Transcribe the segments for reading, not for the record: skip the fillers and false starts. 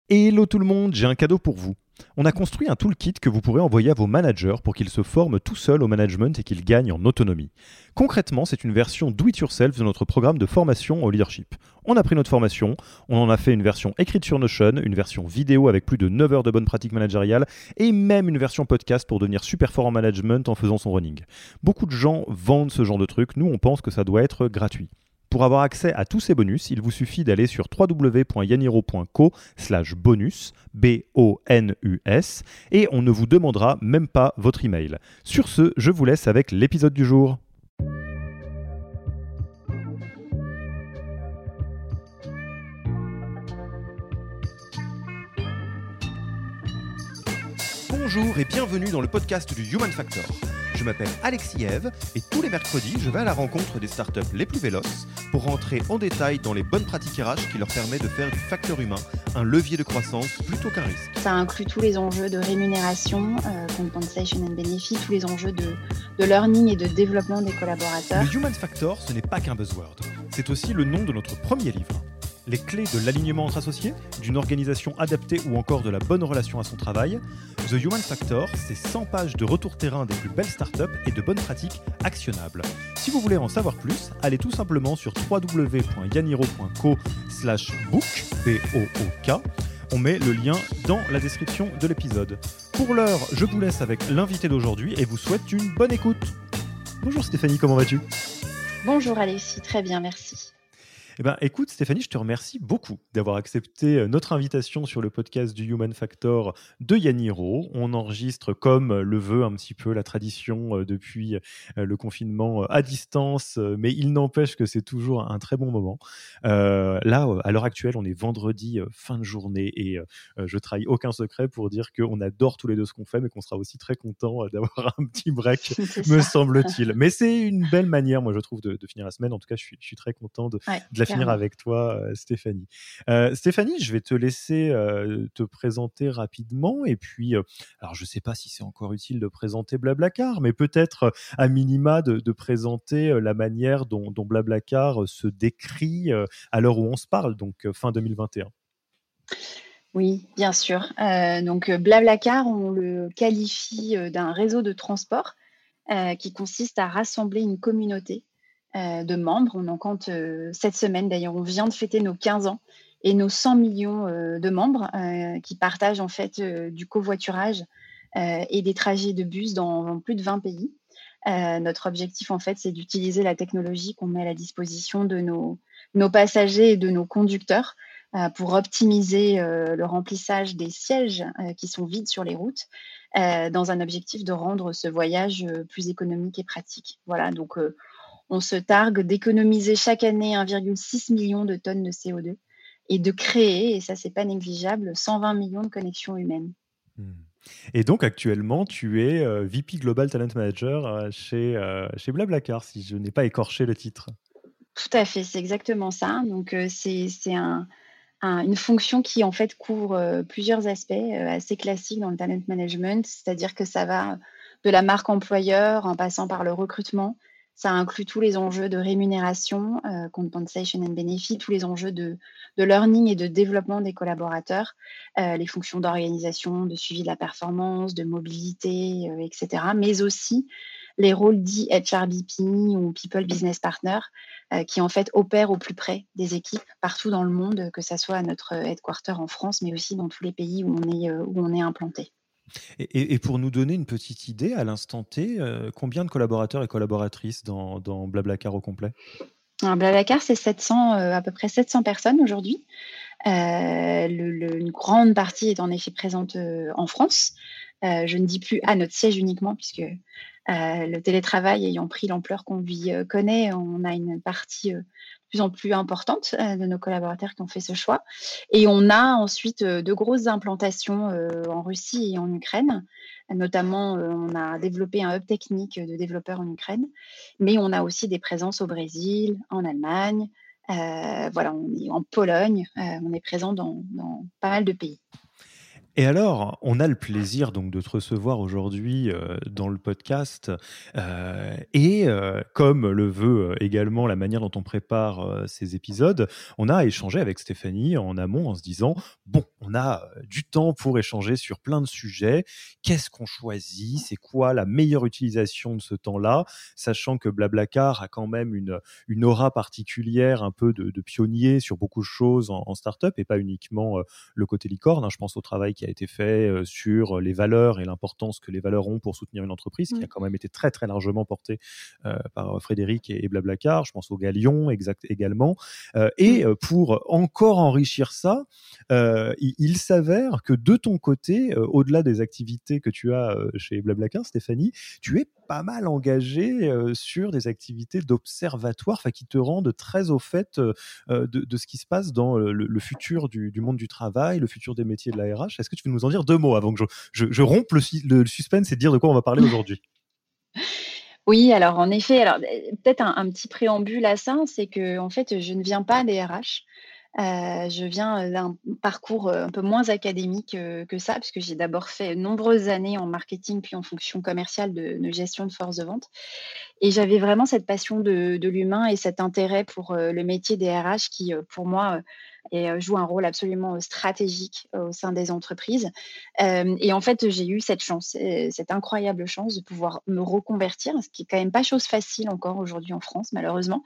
Hello tout le monde, j'ai un cadeau pour vous. On a construit un toolkit que vous pourrez envoyer à vos managers pour qu'ils se forment tout seuls au management et qu'ils gagnent en autonomie. Concrètement, c'est une version do-it-yourself de notre programme de formation au leadership. On a pris notre formation, on en a fait une version écrite sur Notion, une version vidéo avec plus de 9 heures de bonnes pratiques managériales et même une version podcast pour devenir super fort en management en faisant son running. Beaucoup de gens vendent ce genre de truc, nous on pense que ça doit être gratuit. Pour avoir accès à tous ces bonus, il vous suffit d'aller sur www.yaniro.co/bonus, B-O-N-U-S, et on ne vous demandera même pas votre email. Sur ce, je vous laisse avec l'épisode du jour. Bonjour et bienvenue dans le podcast du Human Factor. Je m'appelle Alexis Eve et tous les mercredis, je vais à la rencontre des startups les plus véloces pour rentrer en détail dans les bonnes pratiques RH qui leur permettent de faire du facteur humain un levier de croissance plutôt qu'un risque. Ça inclut tous les enjeux de rémunération, compensation and benefit, tous les enjeux de learning et de développement des collaborateurs. Le Human Factor, ce n'est pas qu'un buzzword, c'est aussi le nom de notre premier livre. Les clés de l'alignement entre associés, d'une organisation adaptée ou encore de la bonne relation à son travail. The Human Factor, c'est 100 pages de retour terrain des plus belles startups et de bonnes pratiques actionnables. Si vous voulez en savoir plus, allez tout simplement sur www.yaniro.co/book, B-O-O-K. On met le lien dans la description de l'épisode. Pour l'heure, je vous laisse avec l'invité d'aujourd'hui et vous souhaite une bonne écoute. Bonjour Stéphanie, comment vas-tu ? Bonjour Alexis, très bien, merci. Eh ben, écoute Stéphanie, je te remercie beaucoup d'avoir accepté notre invitation sur le podcast du Human Factor de Yaniro. On enregistre comme le veut un petit peu la tradition depuis le confinement à distance, mais il n'empêche que c'est toujours un très bon moment. Là, à l'heure actuelle, on est vendredi fin de journée et je trahis aucun secret pour dire qu'on adore tous les deux ce qu'on fait, mais qu'on sera aussi très content d'avoir un petit break, me semble-t-il. Mais c'est une belle manière, moi je trouve, de finir la semaine. En tout cas, je suis très content de la finir avec toi, Stéphanie. Stéphanie, je vais te laisser te présenter rapidement et puis, alors je ne sais pas si c'est encore utile de présenter Blablacar, mais peut-être à minima de présenter la manière dont Blablacar se décrit à l'heure où on se parle, donc fin 2021. Oui, bien sûr. Donc Blablacar, on le qualifie d'un réseau de transport qui consiste à rassembler une communauté de membres. On en compte cette semaine, d'ailleurs, on vient de fêter nos 15 ans et nos 100 millions de membres qui partagent en fait du covoiturage et des trajets de bus dans plus de 20 pays. Notre objectif, en fait, c'est d'utiliser la technologie qu'on met à la disposition de nos passagers et de nos conducteurs pour optimiser le remplissage des sièges qui sont vides sur les routes dans un objectif de rendre ce voyage plus économique et pratique. Voilà, donc on se targue d'économiser chaque année 1,6 million de tonnes de CO2 et de créer, et ça c'est pas négligeable, 120 millions de connexions humaines. Et donc actuellement, tu es VP Global Talent Manager chez Blablacar, si je n'ai pas écorché le titre. Tout à fait, c'est exactement ça. Donc c'est une fonction qui en fait couvre plusieurs aspects assez classiques dans le talent management, c'est-à-dire que ça va de la marque employeur en passant par le recrutement. Ça inclut tous les enjeux de rémunération, compensation and benefit, tous les enjeux de learning et de développement des collaborateurs, les fonctions d'organisation, de suivi de la performance, de mobilité, etc. Mais aussi les rôles dits HRBP ou People Business Partner, qui en fait opèrent au plus près des équipes partout dans le monde, que ça soit à notre headquarter en France, mais aussi dans tous les pays où on est implanté. Et pour nous donner une petite idée, à l'instant T, combien de collaborateurs et collaboratrices dans Blablacar au complet ? Alors, Blablacar, c'est à peu près 700 personnes aujourd'hui. Une grande partie est en effet présente en France. Je ne dis plus à notre siège uniquement, puisque le télétravail ayant pris l'ampleur qu'on lui connaît, on a une partie de plus en plus importante de nos collaborateurs qui ont fait ce choix. Et on a ensuite de grosses implantations en Russie et en Ukraine. Notamment, on a développé un hub technique de développeurs en Ukraine, mais on a aussi des présences au Brésil, en Allemagne. Voilà, on est en Pologne, on est présent dans pas mal de pays. Et alors, on a le plaisir donc de te recevoir aujourd'hui dans le podcast et comme le veut également la manière dont on prépare ces épisodes, on a échangé avec Stéphanie en amont en se disant bon, on a du temps pour échanger sur plein de sujets. Qu'est-ce qu'on choisit? C'est quoi la meilleure utilisation de ce temps-là? Sachant que Blablacar a quand même une aura particulière, un peu de pionnier sur beaucoup de choses en start-up et pas uniquement le côté licorne. Je pense au travail qui a été fait sur les valeurs et l'importance que les valeurs ont pour soutenir une entreprise, qui a quand même été très très largement portée par Frédéric et Blablacar. Je pense au Galion également. Et pour encore enrichir ça, il s'avère que de ton côté, au-delà des activités que tu as chez Blablacar, Stéphanie, tu es pas mal engagée sur des activités d'observatoire, qui te rendent très au fait de ce qui se passe dans le futur du monde du travail, le futur des métiers de la RH. Est-ce que tu peux nous en dire deux mots avant que je rompe le suspense et dire de quoi on va parler aujourd'hui? Oui, alors en effet, peut-être un petit préambule à ça, c'est que en fait, je ne viens pas des RH. Je viens, d'un parcours, un peu moins académique, que ça, puisque j'ai d'abord fait de nombreuses années en marketing, puis en fonction commerciale de gestion de force de vente. Et j'avais vraiment cette passion de l'humain et cet intérêt pour, le métier des RH qui, pour moi, joue un rôle absolument, stratégique, au sein des entreprises. Et en fait, j'ai eu cette chance, cette incroyable chance de pouvoir me reconvertir, ce qui est quand même pas chose facile encore aujourd'hui en France malheureusement,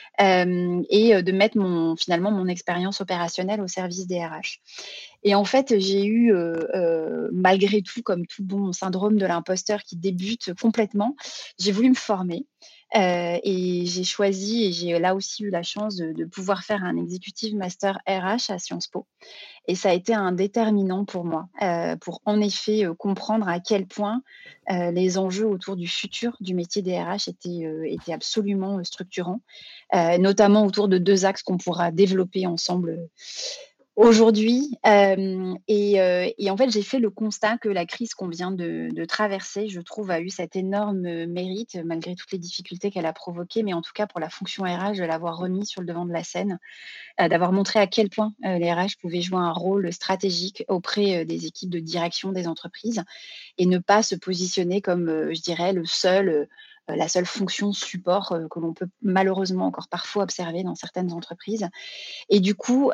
et de mettre finalement mon expérience opérationnelle au service des RH. Et en fait, j'ai eu, malgré tout, comme tout bon syndrome de l'imposteur qui débute complètement, j'ai voulu me former, et j'ai choisi et j'ai là aussi eu la chance de pouvoir faire un executive master RH à Sciences Po. Et ça a été un déterminant pour moi, pour en effet, comprendre à quel point, les enjeux autour du futur du métier des RH étaient absolument, structurants, notamment autour de 2 axes qu'on pourra développer ensemble, aujourd'hui. Et en fait, j'ai fait le constat que la crise qu'on vient de traverser, je trouve, a eu cet énorme, mérite, malgré toutes les difficultés qu'elle a provoquées, mais en tout cas pour la fonction RH, de l'avoir remis sur le devant de la scène, d'avoir montré à quel point, les RH pouvaient jouer un rôle stratégique auprès, des équipes de direction des entreprises et ne pas se positionner comme, je dirais la seule fonction support, que l'on peut malheureusement encore parfois observer dans certaines entreprises. Et du coup,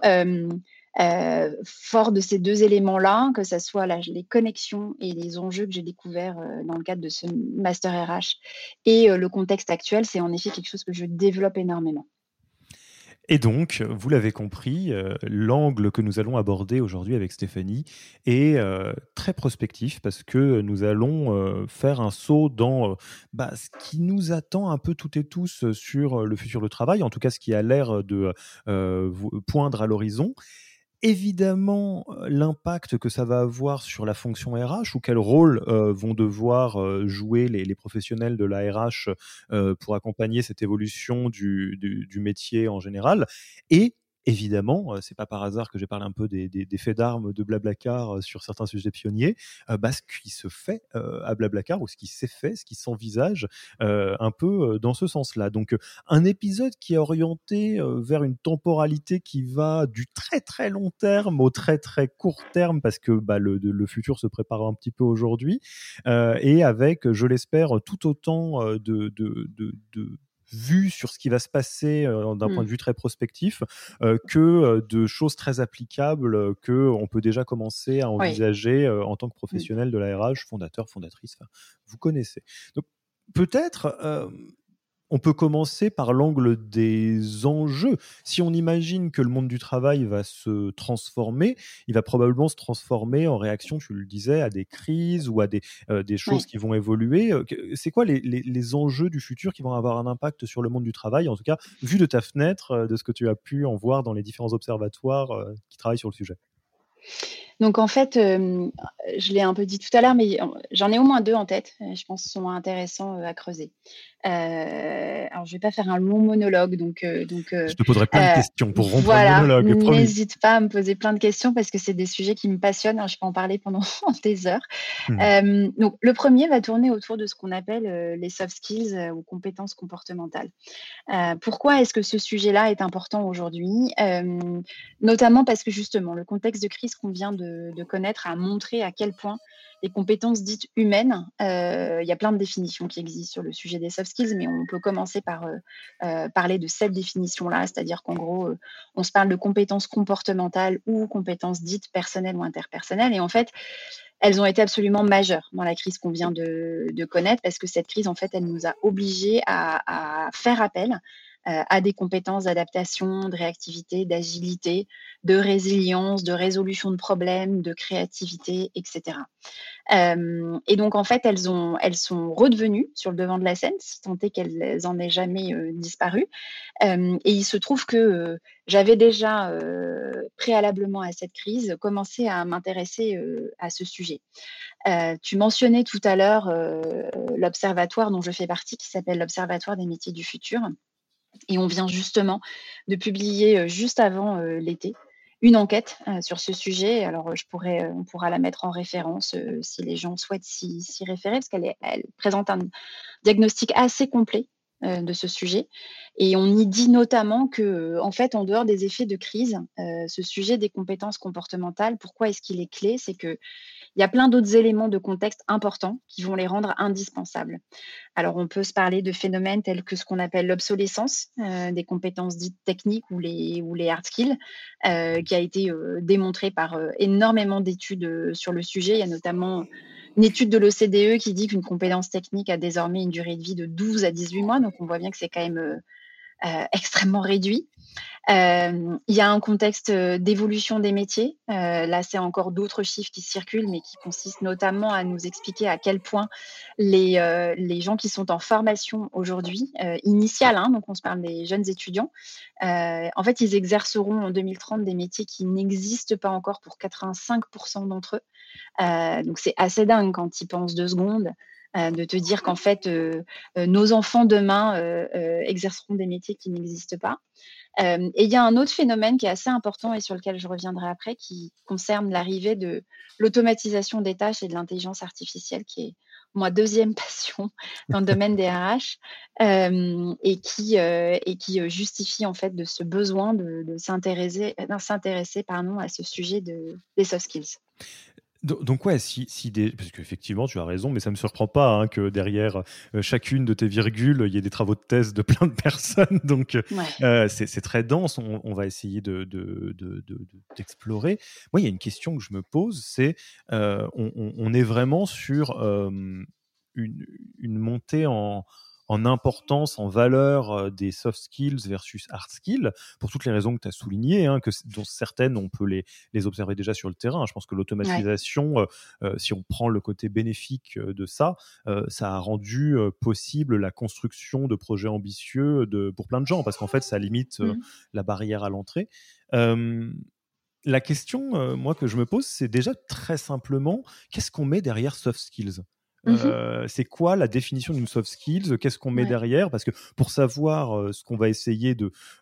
fort de ces 2 éléments-là, que ça soit les connexions et les enjeux que j'ai découverts, dans le cadre de ce master RH et le contexte actuel, c'est en effet quelque chose que je développe énormément. Et donc, vous l'avez compris, l'angle que nous allons aborder aujourd'hui avec Stéphanie est très prospectif parce que nous allons faire un saut dans ce qui nous attend un peu toutes et tous sur le futur du travail, en tout cas ce qui a l'air de poindre à l'horizon. Évidemment, l'impact que ça va avoir sur la fonction RH ou quel rôle vont devoir jouer les professionnels de la RH pour accompagner cette évolution du métier en général. Et évidemment, c'est pas par hasard que j'ai parlé un peu des faits d'armes de Blablacar sur certains sujets pionniers, ce qui se fait à Blablacar ou ce qui s'est fait, ce qui s'envisage un peu dans ce sens-là. Donc, un épisode qui est orienté vers une temporalité qui va du très très long terme au très très court terme parce que le futur se prépare un petit peu aujourd'hui et avec, je l'espère, tout autant de vues sur ce qui va se passer d'un point de vue très prospectif que de choses très applicables qu'on peut déjà commencer à Oui. envisager en tant que Mmh. professionnel de la RH, fondateur, fondatrice, vous connaissez. Donc peut-être on peut commencer par l'angle des enjeux. Si on imagine que le monde du travail va se transformer, il va probablement se transformer en réaction, tu le disais, à des crises ou à des choses Oui. qui vont évoluer. C'est quoi les enjeux du futur qui vont avoir un impact sur le monde du travail, en tout cas, vu de ta fenêtre, de ce que tu as pu en voir dans les différents observatoires qui travaillent sur le sujet? Donc en fait, je l'ai un peu dit tout à l'heure, mais j'en ai au moins 2 en tête, je pense qu'ils sont intéressants, à creuser. Alors je vais pas faire un long monologue Je te poserai plein de questions pour rompre le voilà, monologue, promis. n'hésite pas à me poser plein de questions parce que c'est des sujets qui me passionnent, je peux en parler pendant des heures. Mmh. Donc le premier va tourner autour de ce qu'on appelle, les soft skills, ou compétences comportementales. Pourquoi est-ce que ce sujet-là est important aujourd'hui? Notamment parce que justement, le contexte de crise qu'on vient de connaître a montré à quel point les compétences dites humaines, il y a plein de définitions qui existent sur le sujet des soft skills, mais on peut commencer par parler de cette définition-là, c'est-à-dire qu'en gros, on se parle de compétences comportementales ou compétences dites personnelles ou interpersonnelles. Et en fait, elles ont été absolument majeures dans la crise qu'on vient de connaître, parce que cette crise, en fait, elle nous a obligés à faire appel à des compétences d'adaptation, de réactivité, d'agilité, de résilience, de résolution de problèmes, de créativité, etc. Et donc, en fait, elles sont redevenues sur le devant de la scène, si tant est qu'elles en aient jamais disparu. Et il se trouve que j'avais déjà, préalablement à cette crise, commencé à m'intéresser à ce sujet. Tu mentionnais tout à l'heure l'observatoire dont je fais partie, qui s'appelle l'Observatoire des métiers du futur. Et on vient justement de publier, juste avant l'été, une enquête sur ce sujet. Alors, on pourra la mettre en référence si les gens souhaitent s'y référer, parce elle présente un diagnostic assez complet de ce sujet. Et on y dit notamment que, en fait, en dehors des effets de crise, ce sujet des compétences comportementales, pourquoi est-ce qu'il est clé? C'est qu'il y a plein d'autres éléments de contexte importants qui vont les rendre indispensables. Alors, on peut se parler de phénomènes tels que ce qu'on appelle l'obsolescence des compétences dites techniques ou les hard skills, qui a été démontré par énormément d'études sur le sujet. Il y a notamment une étude de l'OCDE qui dit qu'une compétence technique a désormais une durée de vie de 12 à 18 mois. Donc, on voit bien que c'est quand même extrêmement réduit. Il y a un contexte d'évolution des métiers. Là, c'est encore d'autres chiffres qui circulent, mais qui consistent notamment à nous expliquer à quel point les gens qui sont en formation aujourd'hui, initiale, hein, donc on se parle des jeunes étudiants, en fait, ils exerceront en 2030 des métiers qui n'existent pas encore pour 85% d'entre eux. Donc c'est assez dingue quand tu y penses 2 secondes, de te dire qu'en fait, nos enfants demain exerceront des métiers qui n'existent pas. Et il y a un autre phénomène qui est assez important et sur lequel je reviendrai après, qui concerne l'arrivée de l'automatisation des tâches et de l'intelligence artificielle, qui est ma deuxième passion dans le domaine des RH, et qui justifie en fait de ce besoin de s'intéresser pardon, à ce sujet des soft skills. Donc ouais, parce qu'effectivement, tu as raison, mais ça me surprend pas hein, que derrière chacune de tes virgules, il y ait des travaux de thèse de plein de personnes. Donc Ouais. c'est très dense. On va essayer d'explorer. Moi, il y a une question que je me pose, c'est on est vraiment sur une, une montée en importance, en valeur des soft skills versus hard skills, pour toutes les raisons que tu as soulignées, hein, dont certaines, on peut les observer déjà sur le terrain. Je pense que Ouais. l'automatisation, si on prend le côté bénéfique de ça, ça a rendu possible la construction de projets ambitieux pour plein de gens, parce qu'en fait, ça limite Mmh. la barrière à l'entrée. Euh, la question, moi, que je me pose, c'est déjà très simplement, qu'est-ce qu'on met derrière soft skills? Mmh. C'est quoi la définition d'une soft skills? Qu'est-ce qu'on met Ouais. derrière? Parce que pour savoir ce qu'on va essayer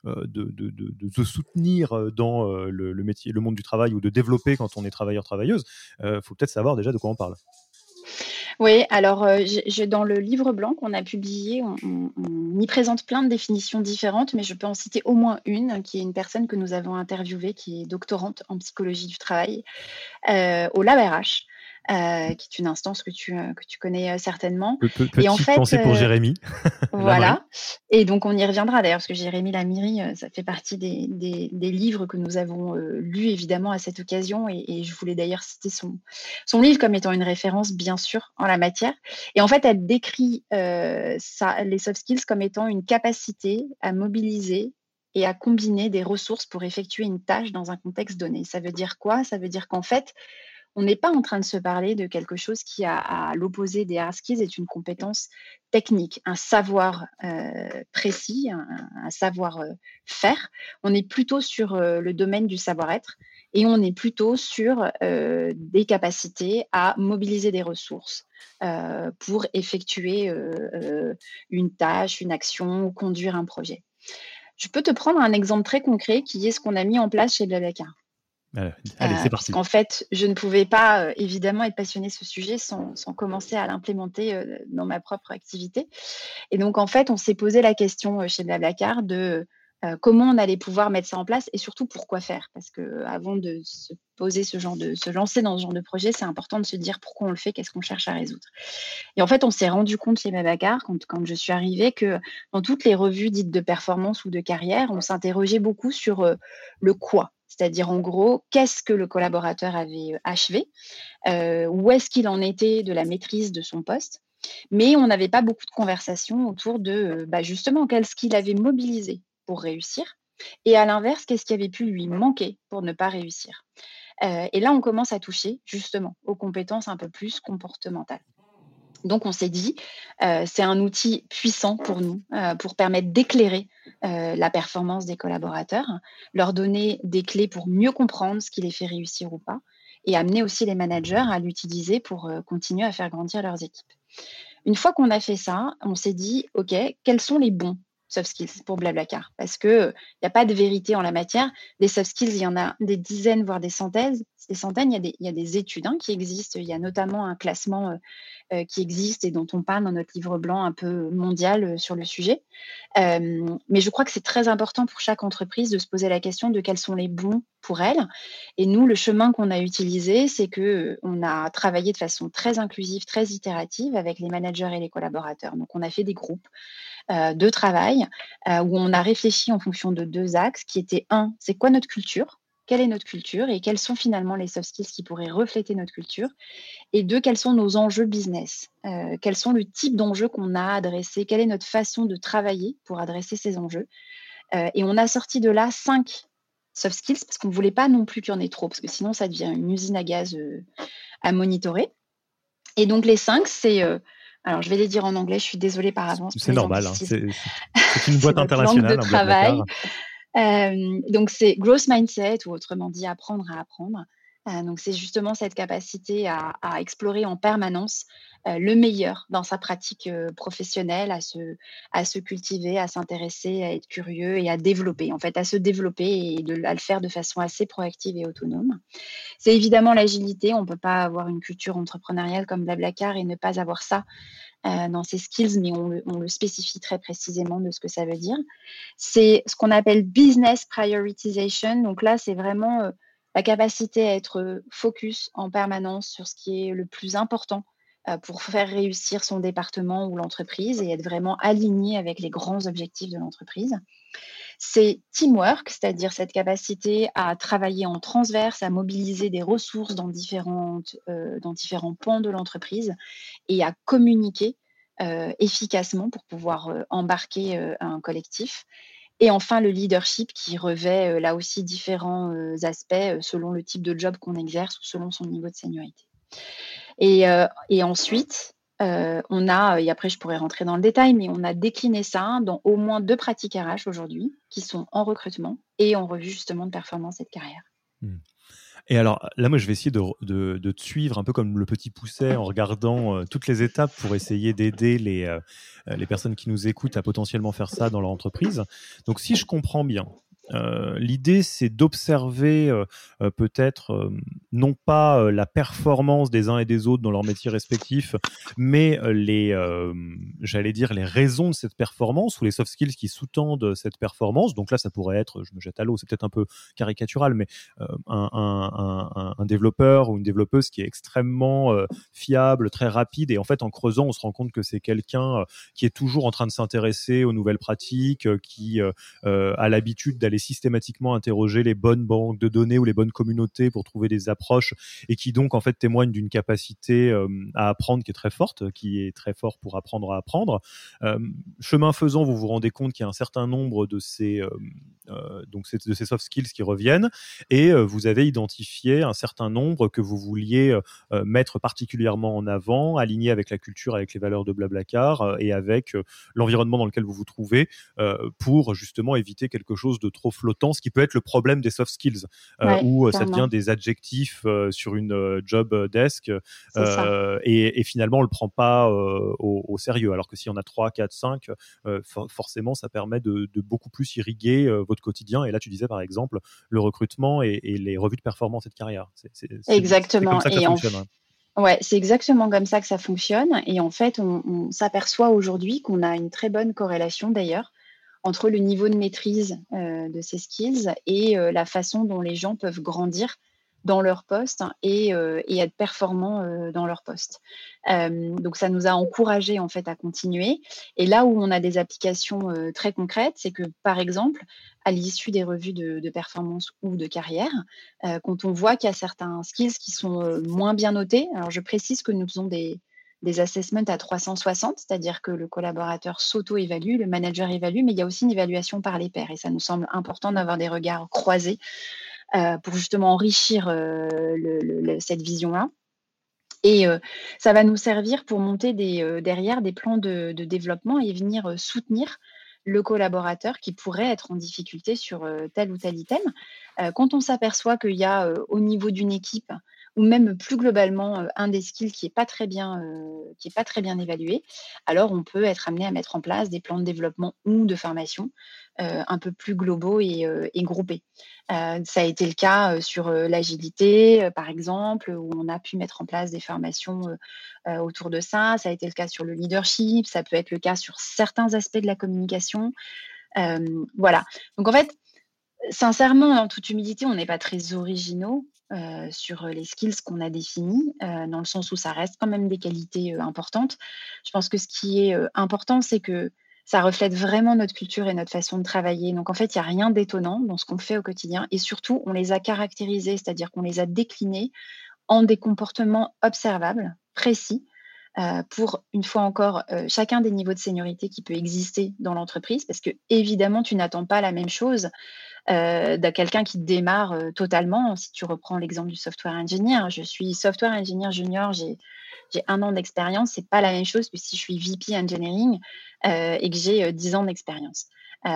de se soutenir dans le métier, le monde du travail ou de développer quand on est travailleur-travailleuse, faut peut-être savoir déjà de quoi on parle. Oui, alors, dans le livre blanc qu'on a publié, on y présente plein de définitions différentes, mais je peux en citer au moins une, qui est une personne que nous avons interviewée, qui est doctorante en psychologie du travail, au Lab RH, qui est une instance que tu connais, certainement. Et en Petite fait, pensée pour Jérémy Lamry. voilà. Et donc on y reviendra d'ailleurs, parce que Jérémy Lamiri, ça fait partie des livres que nous avons lus évidemment à cette occasion, et je voulais d'ailleurs citer son livre comme étant une référence bien sûr en la matière. Et en fait, elle décrit les soft skills comme étant une capacité à mobiliser et à combiner des ressources pour effectuer une tâche dans un contexte donné. Ça veut dire quoi? Ça veut dire qu'en fait, on n'est pas en train de se parler de quelque chose qui, à l'opposé des hard skills, est une compétence technique, un savoir précis, un savoir faire. On est plutôt sur le domaine du savoir-être, et on est plutôt sur des capacités à mobiliser des ressources pour effectuer une tâche, une action ou conduire un projet. Je peux te prendre un exemple très concret qui est ce qu'on a mis en place chez Blablacar. Allez, c'est parti. Puisqu'en fait, je ne pouvais pas, évidemment être passionnée de ce sujet sans commencer à l'implémenter, dans ma propre activité. Et donc en fait, on s'est posé la question, chez Blablacar de, comment on allait pouvoir mettre ça en place et surtout pourquoi faire. Parce qu'avant de se lancer dans ce genre de projet, c'est important de se dire pourquoi on le fait, qu'est-ce qu'on cherche à résoudre. Et en fait, on s'est rendu compte chez Blablacar, quand je suis arrivée, que dans toutes les revues dites de performance ou de carrière, on s'interrogeait beaucoup sur le quoi. C'est-à-dire, en gros, qu'est-ce que le collaborateur avait achevé, où est-ce qu'il en était de la maîtrise de son poste. Mais on n'avait pas beaucoup de conversations autour de justement qu'est-ce qu'il avait mobilisé pour réussir. Et à l'inverse, qu'est-ce qui avait pu lui manquer pour ne pas réussir. Et là, on commence à toucher justement aux compétences un peu plus comportementales. Donc, on s'est dit, c'est un outil puissant pour nous, pour permettre d'éclairer la performance des collaborateurs, leur donner des clés pour mieux comprendre ce qui les fait réussir ou pas, et amener aussi les managers à l'utiliser pour continuer à faire grandir leurs équipes. Une fois qu'on a fait ça, on s'est dit, OK, quels sont les bons soft skills pour Blablacar? Parce qu'il n'y a pas de vérité en la matière. Des soft skills, il y en a des dizaines, voire des centaines. Il y a des études qui existent. Il y a notamment un classement qui existe et dont on parle dans notre livre blanc un peu mondial sur le sujet. Mais je crois que c'est très important pour chaque entreprise de se poser la question de quels sont les bons pour elle. Et nous, le chemin qu'on a utilisé, c'est qu'on a travaillé de façon très inclusive, très itérative avec les managers et les collaborateurs. Donc, on a fait des groupes de travail où on a réfléchi en fonction de 2 axes qui étaient c'est quoi notre culture? Quelle est notre culture et quels sont finalement les soft skills qui pourraient refléter notre culture? Et 2, quels sont nos enjeux business? Quels sont le type d'enjeux qu'on a à adresser? Quelle est notre façon de travailler pour adresser ces enjeux? Et on a sorti de là 5 soft skills parce qu'on ne voulait pas non plus qu'il y en ait trop, parce que sinon ça devient une usine à gaz à monitorer. Et donc les 5, c'est... alors, je vais les dire en anglais, je suis désolée par avance pour C'est les normal, anglicismes. c'est une boîte C'est notre langue de internationale, travail. Blablacar. Donc, c'est growth mindset, ou autrement dit, apprendre à apprendre. Donc, c'est justement cette capacité à explorer en permanence le meilleur dans sa pratique professionnelle, à se cultiver, à s'intéresser, à être curieux et à développer, en fait, à se développer et à le faire de façon assez proactive et autonome. C'est évidemment l'agilité. On ne peut pas avoir une culture entrepreneuriale comme Blablacar et ne pas avoir ça dans ses skills, mais on le spécifie très précisément de ce que ça veut dire. C'est ce qu'on appelle business prioritization. Donc là, c'est vraiment la capacité à être focus en permanence sur ce qui est le plus important pour faire réussir son département ou l'entreprise et être vraiment aligné avec les grands objectifs de l'entreprise. C'est teamwork, c'est-à-dire cette capacité à travailler en transverse, à mobiliser des ressources dans différents pans de l'entreprise et à communiquer efficacement pour pouvoir embarquer un collectif. Et enfin, le leadership qui revêt là aussi différents aspects selon le type de job qu'on exerce ou selon son niveau de seniorité. Et ensuite, on a, et après je pourrais rentrer dans le détail, mais on a décliné ça dans au moins 2 pratiques RH aujourd'hui qui sont en recrutement et en revue justement de performance et de carrière. Et alors là, moi, je vais essayer de te suivre un peu comme le petit pousset en regardant toutes les étapes pour essayer d'aider les personnes qui nous écoutent à potentiellement faire ça dans leur entreprise. Donc, si je comprends bien, l'idée, c'est d'observer peut-être non pas la performance des uns et des autres dans leur métier respectif, mais j'allais dire, les raisons de cette performance ou les soft skills qui sous-tendent cette performance. Donc là, ça pourrait être, je me jette à l'eau, c'est peut-être un peu caricatural, mais un développeur ou une développeuse qui est extrêmement fiable, très rapide, et en fait, en creusant, on se rend compte que c'est quelqu'un qui est toujours en train de s'intéresser aux nouvelles pratiques, qui a l'habitude d'aller systématiquement interroger les bonnes banques de données ou les bonnes communautés pour trouver des approches et qui donc en fait témoigne d'une capacité à apprendre qui est très forte, qui est très fort pour apprendre à apprendre. Chemin faisant, vous vous rendez compte qu'il y a un certain nombre de ces soft skills qui reviennent et vous avez identifié un certain nombre que vous vouliez mettre particulièrement en avant, aligné avec la culture, avec les valeurs de Blablacar et avec l'environnement dans lequel vous vous trouvez pour justement éviter quelque chose de trop flottant, ce qui peut être le problème des soft skills, où ça devient des adjectifs sur une job desk et finalement on le prend pas au sérieux, alors que si on a 3, 4, 5, forcément ça permet de beaucoup plus irriguer votre quotidien. Et là tu disais par exemple le recrutement et les revues de performance et de carrière. Exactement. C'est comme ça que ça fonctionne. Ouais, c'est exactement comme ça que ça fonctionne. Et en fait, on s'aperçoit aujourd'hui qu'on a une très bonne corrélation d'ailleurs entre le niveau de maîtrise de ces skills et la façon dont les gens peuvent grandir dans leur poste et être performants dans leur poste. Donc ça nous a encouragés en fait à continuer. Et là où on a des applications très concrètes, c'est que par exemple, à l'issue des revues de performance ou de carrière, quand on voit qu'il y a certains skills qui sont moins bien notés, alors je précise que nous faisons des assessments à 360, c'est-à-dire que le collaborateur s'auto-évalue, le manager évalue, mais il y a aussi une évaluation par les pairs. Et ça nous semble important d'avoir des regards croisés pour justement enrichir cette vision-là. Et ça va nous servir pour monter derrière des plans de développement et venir soutenir le collaborateur qui pourrait être en difficulté sur tel ou tel item. Quand on s'aperçoit qu'il y a au niveau d'une équipe ou même plus globalement un des skills qui est pas très bien évalué, alors on peut être amené à mettre en place des plans de développement ou de formation un peu plus globaux et groupés. Ça a été le cas sur l'agilité, par exemple, où on a pu mettre en place des formations autour de ça. Ça a été le cas sur le leadership, ça peut être le cas sur certains aspects de la communication. Voilà. Donc en fait, sincèrement, en toute humilité, on n'est pas très originaux sur les skills qu'on a définis, dans le sens où ça reste quand même des qualités importantes. Je pense que ce qui est important, c'est que ça reflète vraiment notre culture et notre façon de travailler. Donc en fait, il n'y a rien d'étonnant dans ce qu'on fait au quotidien. Et surtout, on les a caractérisés, c'est-à-dire qu'on les a déclinés en des comportements observables, précis, pour, une fois encore, chacun des niveaux de seniorité qui peut exister dans l'entreprise. Parce que évidemment, tu n'attends pas la même chose de quelqu'un qui démarre totalement. Si tu reprends l'exemple du software engineer, je suis software engineer junior, j'ai 1 an d'expérience, c'est pas la même chose que si je suis VP engineering et que j'ai 10 ans d'expérience.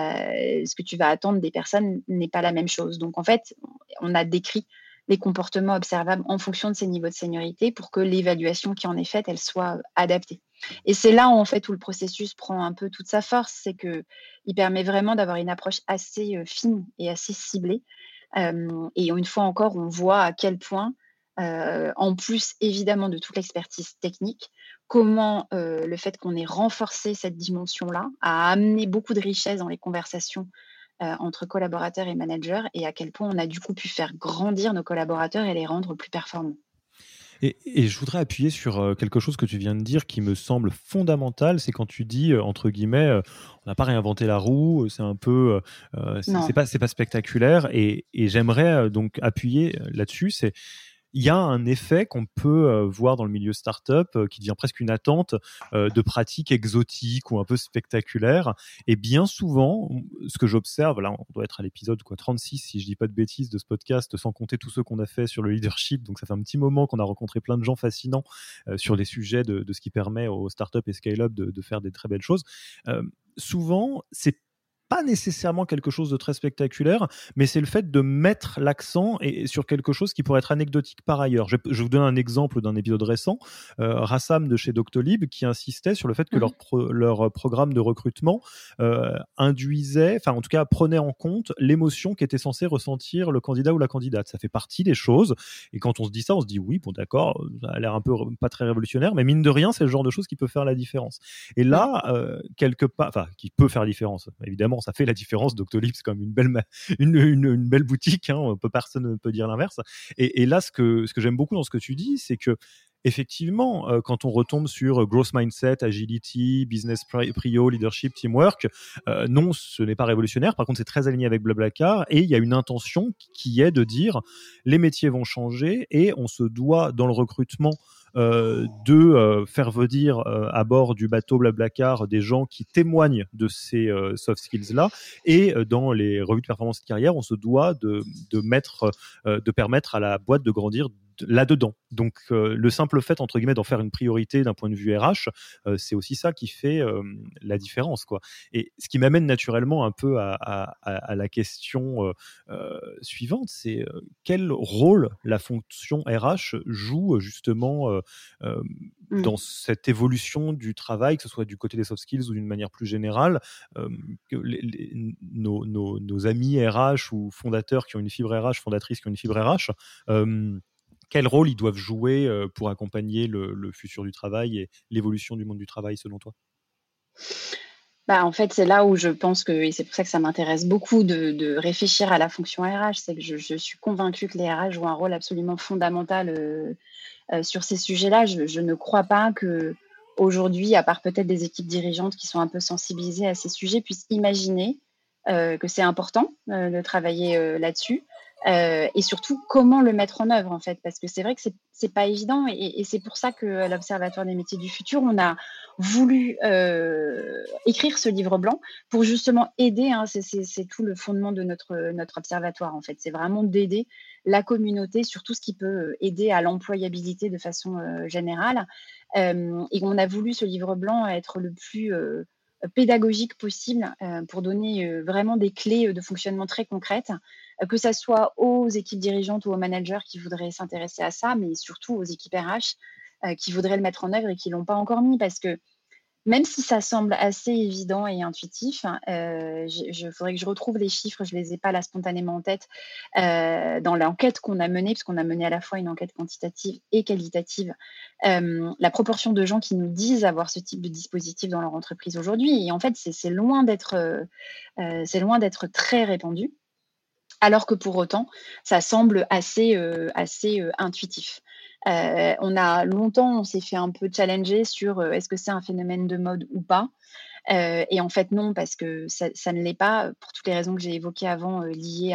Ce que tu vas attendre des personnes n'est pas la même chose. Donc en fait, on a décrit les comportements observables en fonction de ces niveaux de seniorité pour que l'évaluation qui en est faite, elle soit adaptée. Et c'est là en fait où le processus prend un peu toute sa force, c'est que il permet vraiment d'avoir une approche assez fine et assez ciblée. Et une fois encore, on voit à quel point, en plus évidemment de toute l'expertise technique, comment le fait qu'on ait renforcé cette dimension-là a amené beaucoup de richesse dans les conversations entre collaborateurs et managers, et à quel point on a du coup pu faire grandir nos collaborateurs et les rendre plus performants. Et je voudrais appuyer sur quelque chose que tu viens de dire qui me semble fondamental, c'est quand tu dis, entre guillemets, on n'a pas réinventé la roue, c'est un peu, Non. c'est pas spectaculaire, et j'aimerais donc appuyer là-dessus, c'est il y a un effet qu'on peut voir dans le milieu startup qui devient presque une attente de pratiques exotiques ou un peu spectaculaires. Et bien souvent, ce que j'observe, là, on doit être à l'épisode 36, si je dis pas de bêtises, de ce podcast, sans compter tous ceux qu'on a fait sur le leadership. Donc ça fait un petit moment qu'on a rencontré plein de gens fascinants sur des sujets de ce qui permet aux startups et scale-up de faire des très belles choses. Souvent, c'est pas nécessairement quelque chose de très spectaculaire, mais c'est le fait de mettre l'accent sur quelque chose qui pourrait être anecdotique par ailleurs. Je vous donne un exemple d'un épisode récent, Rassam de chez Doctolib qui insistait sur le fait que leur programme de recrutement induisait, enfin en tout cas prenait en compte l'émotion qu'était censé ressentir le candidat ou la candidate. Ça fait partie des choses, et quand on se dit ça, on se dit oui, bon d'accord, ça a l'air un peu pas très révolutionnaire, mais mine de rien, c'est le genre de choses qui peut faire la différence. Et là, quelque part, enfin qui peut faire la différence, évidemment, ça fait la différence. Doctolib, c'est comme une belle boutique, hein, personne ne peut dire l'inverse. Et là, ce que j'aime beaucoup dans ce que tu dis, c'est que effectivement, quand on retombe sur growth mindset, agility, business prio, leadership, teamwork, non, ce n'est pas révolutionnaire. Par contre, c'est très aligné avec Blablacar, et il y a une intention qui est de dire les métiers vont changer et on se doit dans le recrutement de faire venir à bord du bateau Blablacar des gens qui témoignent de ces soft skills-là. Et dans les revues de performance de carrière, on se doit de permettre à la boîte de grandir là-dedans. Donc le simple fait, entre guillemets, d'en faire une priorité d'un point de vue RH, c'est aussi ça qui fait la différence, quoi. Et ce qui m'amène naturellement un peu à la question suivante, c'est quel rôle la fonction RH joue justement dans cette évolution du travail, que ce soit du côté des soft skills ou d'une manière plus générale, que nos amis RH ou fondateurs qui ont une fibre RH, fondatrices qui ont une fibre RH, quel rôle ils doivent jouer pour accompagner le futur du travail et l'évolution du monde du travail selon toi ? Bah, en fait, c'est là où je pense que et c'est pour ça que ça m'intéresse beaucoup de réfléchir à la fonction RH, c'est que je suis convaincue que les RH jouent un rôle absolument fondamental, sur ces sujets-là. Je ne crois pas qu'aujourd'hui, à part peut-être des équipes dirigeantes qui sont un peu sensibilisées à ces sujets, puissent imaginer, que c'est important, de travailler, là-dessus, et surtout comment le mettre en œuvre, en fait. Parce que c'est vrai que c'est pas évident et c'est pour ça qu'à l'Observatoire des métiers du futur, on a voulu, écrire ce livre blanc pour justement aider, hein, c'est tout le fondement de notre observatoire, en fait. C'est vraiment d'aider la communauté sur tout ce qui peut aider à l'employabilité de façon générale. Et on a voulu ce livre blanc être le plus pédagogique possible pour donner vraiment des clés de fonctionnement très concrètes, que ça soit aux équipes dirigeantes ou aux managers qui voudraient s'intéresser à ça, mais surtout aux équipes RH qui voudraient le mettre en œuvre et qui l'ont pas encore mis. Parce que même si ça semble assez évident et intuitif, je faudrait que je retrouve les chiffres, je les ai pas là spontanément en tête, dans l'enquête qu'on a menée, puisqu'on a mené à la fois une enquête quantitative et qualitative, la proportion de gens qui nous disent avoir ce type de dispositif dans leur entreprise aujourd'hui et en fait, c'est loin d'être très répandu. Alors que pour autant, ça semble assez intuitif. On s'est fait un peu challenger sur, est-ce que c'est un phénomène de mode ou pas? Et en fait non, parce que ça ne l'est pas, pour toutes les raisons que j'ai évoquées avant, liées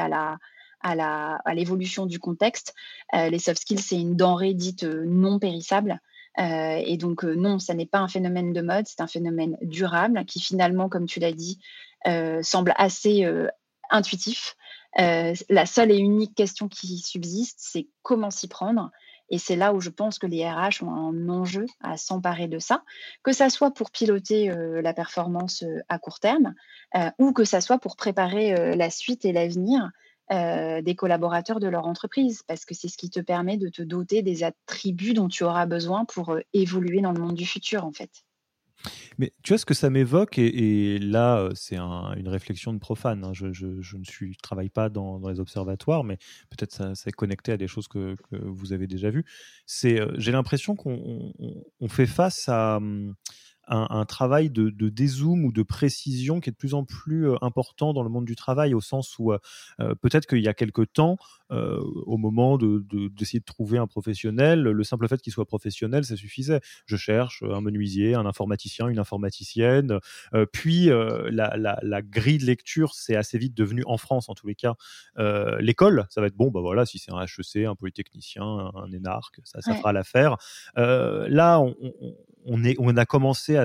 à l'évolution du contexte. Les soft skills, c'est une denrée dite, non périssable, et donc non, ça n'est pas un phénomène de mode, c'est un phénomène durable qui finalement, comme tu l'as dit, semble assez, intuitif. La seule et unique question qui subsiste, c'est comment s'y prendre et c'est là où je pense que les RH ont un enjeu à s'emparer de ça, que ça soit pour piloter, la performance, à court terme, ou que ça soit pour préparer, la suite et l'avenir, des collaborateurs de leur entreprise. Parce que c'est ce qui te permet de te doter des attributs dont tu auras besoin pour, évoluer dans le monde du futur, en fait. Mais tu vois ce que ça m'évoque, et là, c'est une réflexion de profane, hein. Je ne travaille pas dans les observatoires, mais peut-être ça c'est connecté à des choses que vous avez déjà vues. J'ai l'impression qu'on fait face à un travail de dézoom ou de précision qui est de plus en plus important dans le monde du travail, au sens où peut-être qu'il y a quelque temps, au moment d'essayer de trouver un professionnel, le simple fait qu'il soit professionnel, ça suffisait. Je cherche un menuisier, un informaticien, une informaticienne. Puis la grille de lecture, c'est assez vite devenu, en France en tous les cas, l'école. Ça va être bon, bah voilà, si c'est un HEC, un polytechnicien, un énarque, ça Ouais. fera l'affaire. Là, on a commencé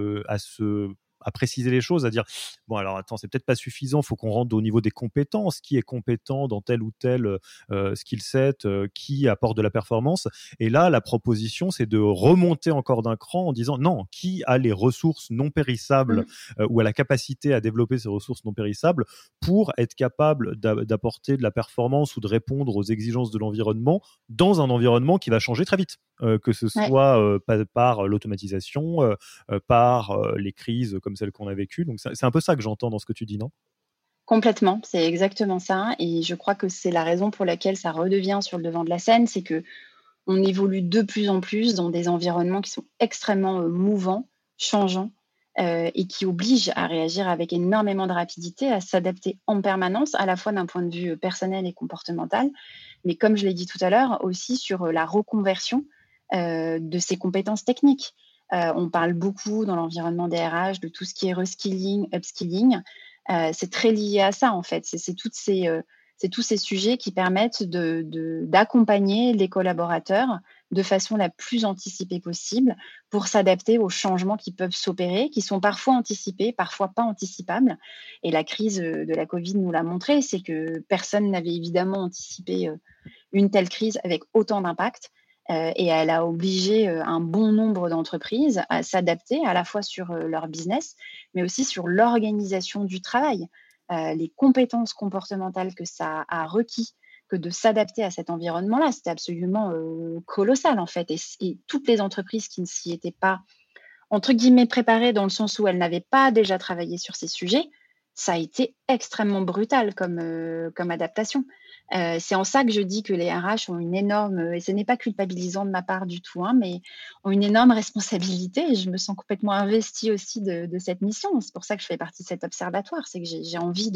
à préciser les choses, à dire bon, alors attends, c'est peut-être pas suffisant, faut qu'on rentre au niveau des compétences, qui est compétent dans tel ou tel skill set, qui apporte de la performance. Et là, la proposition, c'est de remonter encore d'un cran en disant non, qui a les ressources non périssables, Mmh. ou a la capacité à développer ces ressources non périssables pour être capable d'apporter de la performance ou de répondre aux exigences de l'environnement dans un environnement qui va changer très vite, que ce Ouais. soit par l'automatisation, par les crises comme celles qu'on a vécues. Donc c'est un peu ça que j'entends dans ce que tu dis, non? Complètement, c'est exactement ça et je crois que c'est la raison pour laquelle ça redevient sur le devant de la scène, c'est que on évolue de plus en plus dans des environnements qui sont extrêmement, mouvants, changeants, et qui obligent à réagir avec énormément de rapidité, à s'adapter en permanence, à la fois d'un point de vue, personnel et comportemental. Mais comme je l'ai dit tout à l'heure, aussi sur, la reconversion, de ces compétences techniques. On parle beaucoup dans l'environnement des RH de tout ce qui est reskilling, upskilling. C'est très lié à ça, en fait. C'est tous ces sujets qui permettent d'accompagner les collaborateurs de façon la plus anticipée possible pour s'adapter aux changements qui peuvent s'opérer, qui sont parfois anticipés, parfois pas anticipables. Et la crise de la Covid nous l'a montré, c'est que personne n'avait évidemment anticipé une telle crise avec autant d'impact. Et elle a obligé un bon nombre d'entreprises à s'adapter à la fois sur leur business, mais aussi sur l'organisation du travail, les compétences comportementales que ça a requis que de s'adapter à cet environnement-là. C'était absolument colossal en fait. Et toutes les entreprises qui ne s'y étaient pas, entre guillemets, préparées dans le sens où elles n'avaient pas déjà travaillé sur ces sujets, ça a été extrêmement brutal comme adaptation. C'est en ça que je dis que les RH ont une énorme, et ce n'est pas culpabilisant de ma part du tout, hein, mais ont une énorme responsabilité et je me sens complètement investie aussi de cette mission. C'est pour ça que je fais partie de cet observatoire. C'est que j'ai envie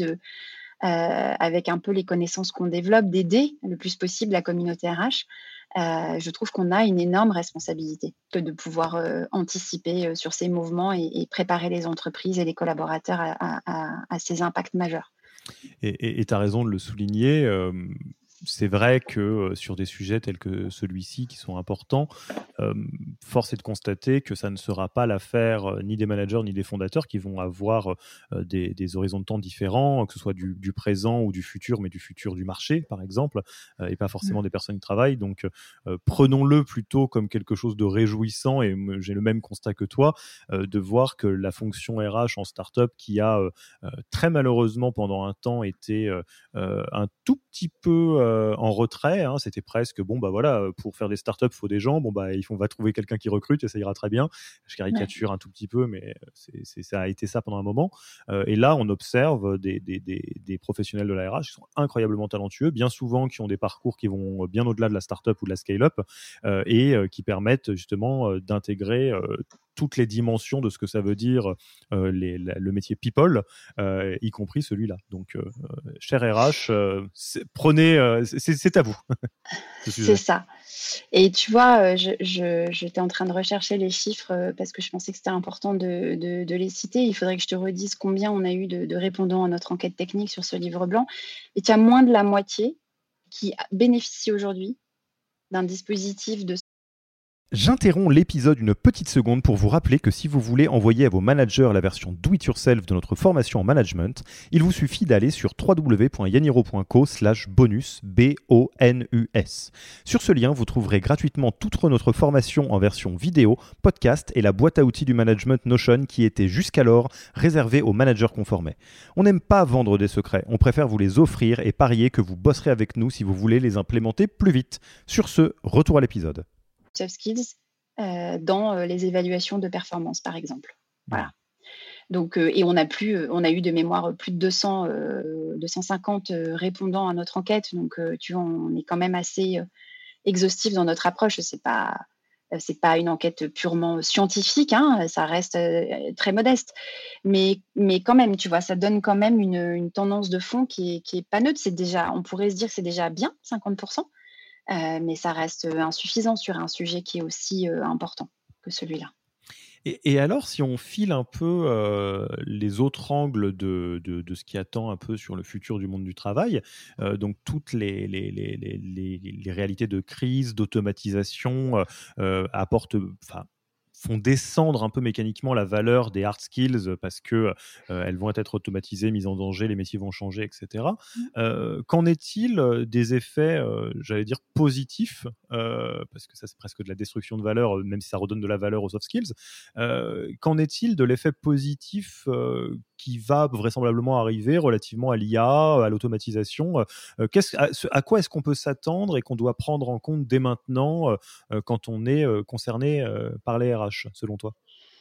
avec un peu les connaissances qu'on développe, d'aider le plus possible la communauté RH. Je trouve qu'on a une énorme responsabilité que de pouvoir anticiper sur ces mouvements et préparer les entreprises et les collaborateurs à ces impacts majeurs. Et tu as raison de le souligner. C'est vrai que sur des sujets tels que celui-ci, qui sont importants, force est de constater que ça ne sera pas l'affaire ni des managers ni des fondateurs qui vont avoir des horizons de temps différents, que ce soit du présent ou du futur, mais du futur du marché, par exemple, et pas forcément des personnes qui travaillent. Donc, prenons-le plutôt comme quelque chose de réjouissant, et j'ai le même constat que toi, de voir que la fonction RH en start-up, qui a très malheureusement pendant un temps été un tout petit peu en retrait, hein. C'était presque bon, bah voilà, pour faire des startups, il faut des gens. Bon, bah on va trouver quelqu'un qui recrute et ça ira très bien. Je caricature un tout petit peu, mais ça a été ça pendant un moment. Et là, on observe des professionnels de la RH qui sont incroyablement talentueux, bien souvent qui ont des parcours qui vont bien au-delà de la startup ou de la scale-up, et qui permettent justement d'intégrer toutes les dimensions de ce que ça veut dire le métier people, y compris celui-là. Donc, cher RH, prenez, c'est à vous, ce C'est sujet. ça. Et tu vois, j'étais en train de rechercher les chiffres parce que je pensais que c'était important de les citer. Il faudrait que je te redise combien on a eu de répondants à notre enquête technique sur ce livre blanc. Et tu as moins de la moitié qui bénéficient aujourd'hui d'un dispositif de. J'interromps l'épisode une petite seconde pour vous rappeler que si vous voulez envoyer à vos managers la version Do It Yourself de notre formation en management, il vous suffit d'aller sur www.yaniro.co/bonus, BONUS. Sur ce lien, vous trouverez gratuitement toute notre formation en version vidéo, podcast et la boîte à outils du management Notion qui était jusqu'alors réservée aux managers conformés. On n'aime pas vendre des secrets, on préfère vous les offrir et parier que vous bosserez avec nous si vous voulez les implémenter plus vite. Sur ce, retour à l'épisode. Soft skills dans les évaluations de performance, par exemple. Voilà. Donc, et on a eu de mémoire plus de 250 répondants à notre enquête. Donc, tu vois, on est quand même assez exhaustif dans notre approche. C'est pas une enquête purement scientifique, hein, ça reste très modeste. Mais quand même, tu vois, ça donne quand même une tendance de fond qui est pas neutre. On pourrait se dire que c'est déjà bien, 50%. Mais ça reste insuffisant sur un sujet qui est aussi important que celui-là. Et alors, si on file un peu les autres angles de ce qui attend un peu sur le futur du monde du travail, donc toutes les réalités de crise, d'automatisation apportent, font descendre un peu mécaniquement la valeur des hard skills parce que elles vont être automatisées, mises en danger, les métiers vont changer, etc. Qu'en est-il des effets, j'allais dire, positifs, parce que ça c'est presque de la destruction de valeur, même si ça redonne de la valeur aux soft skills. Qu'en est-il de l'effet positif qui va vraisemblablement arriver relativement à l'IA, à l'automatisation? À quoi est-ce qu'on peut s'attendre et qu'on doit prendre en compte dès maintenant quand on est concerné par les RH, selon toi?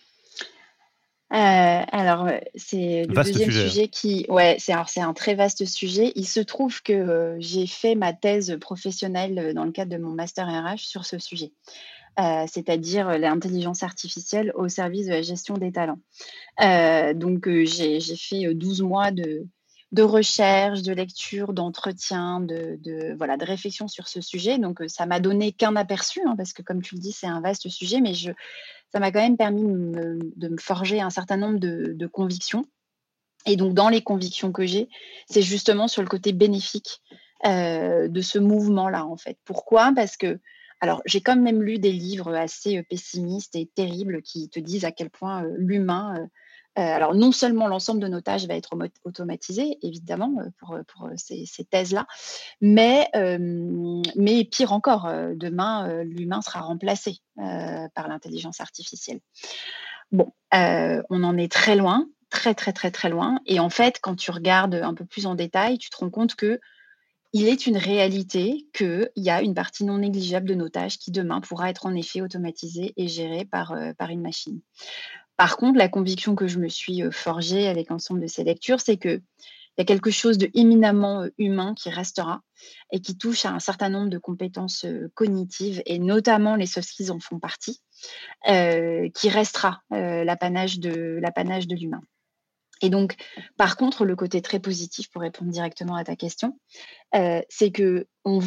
Alors, c'est le Vaste deuxième sujet. sujet ouais, c'est un très vaste sujet. Il se trouve que j'ai fait ma thèse professionnelle dans le cadre de mon master RH sur ce sujet, c'est-à-dire l'intelligence artificielle au service de la gestion des talents. Donc, j'ai fait 12 mois de recherche, de lecture, d'entretien, voilà, de réflexion sur ce sujet. Donc, ça m'a donné qu'un aperçu, hein, parce que comme tu le dis, c'est un vaste sujet, mais ça m'a quand même permis de me forger un certain nombre de convictions. Et donc, dans les convictions que j'ai, c'est justement sur le côté bénéfique de ce mouvement-là, en fait. Pourquoi? Parce que, alors, j'ai quand même lu des livres assez pessimistes et terribles qui te disent à quel point l'humain, alors non seulement l'ensemble de nos tâches va être automatisé, évidemment, pour ces thèses-là, mais pire encore, demain, l'humain sera remplacé par l'intelligence artificielle. Bon, on en est très loin, très, très, très, très loin. Et en fait, quand tu regardes un peu plus en détail, tu te rends compte qu'il est une réalité qu'il y a une partie non négligeable de nos tâches qui, demain, pourra être en effet automatisée et gérée par une machine. Par contre, la conviction que je me suis forgée avec l'ensemble de ces lectures, c'est qu'il Il y a quelque chose de éminemment humain qui restera et qui touche à un certain nombre de compétences cognitives, et notamment les soft skills en font partie, qui restera l'apanage de l'humain. Et donc, par contre, le côté très positif, pour répondre directement à ta question, c'est que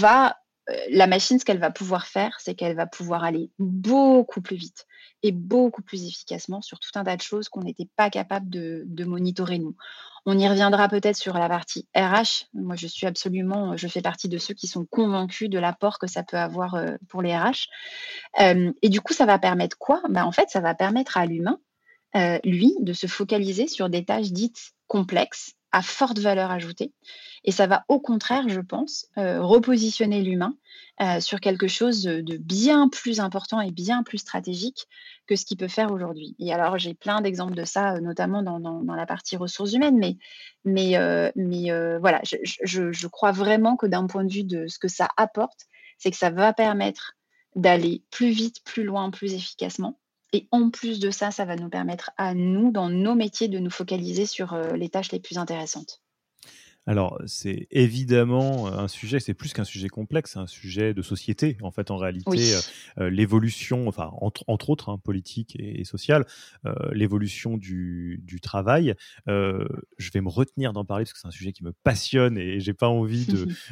la machine, ce qu'elle va pouvoir faire, c'est qu'elle va pouvoir aller beaucoup plus vite et beaucoup plus efficacement sur tout un tas de choses qu'on n'était pas capable de monitorer nous. On y reviendra peut-être sur la partie RH. Moi, je fais partie de ceux qui sont convaincus de l'apport que ça peut avoir pour les RH. Et du coup, ça va permettre quoi? En fait, ça va permettre à l'humain, lui, de se focaliser sur des tâches dites complexes, à forte valeur ajoutée. Et ça va au contraire, je pense, repositionner l'humain sur quelque chose de bien plus important et bien plus stratégique que ce qu'il peut faire aujourd'hui. Et alors, j'ai plein d'exemples de ça, notamment dans la partie ressources humaines, mais voilà, je crois vraiment que d'un point de vue de ce que ça apporte, c'est que ça va permettre d'aller plus vite, plus loin, plus efficacement. Et en plus de ça, ça va nous permettre à nous, dans nos métiers, de nous focaliser sur les tâches les plus intéressantes. Alors, c'est évidemment un sujet, c'est plus qu'un sujet complexe, c'est un sujet de société. En fait, en réalité, Oui. l'évolution, enfin, entre autres, politique et sociale, l'évolution du travail. Je vais me retenir d'en parler parce que c'est un sujet qui me passionne et j'ai pas envie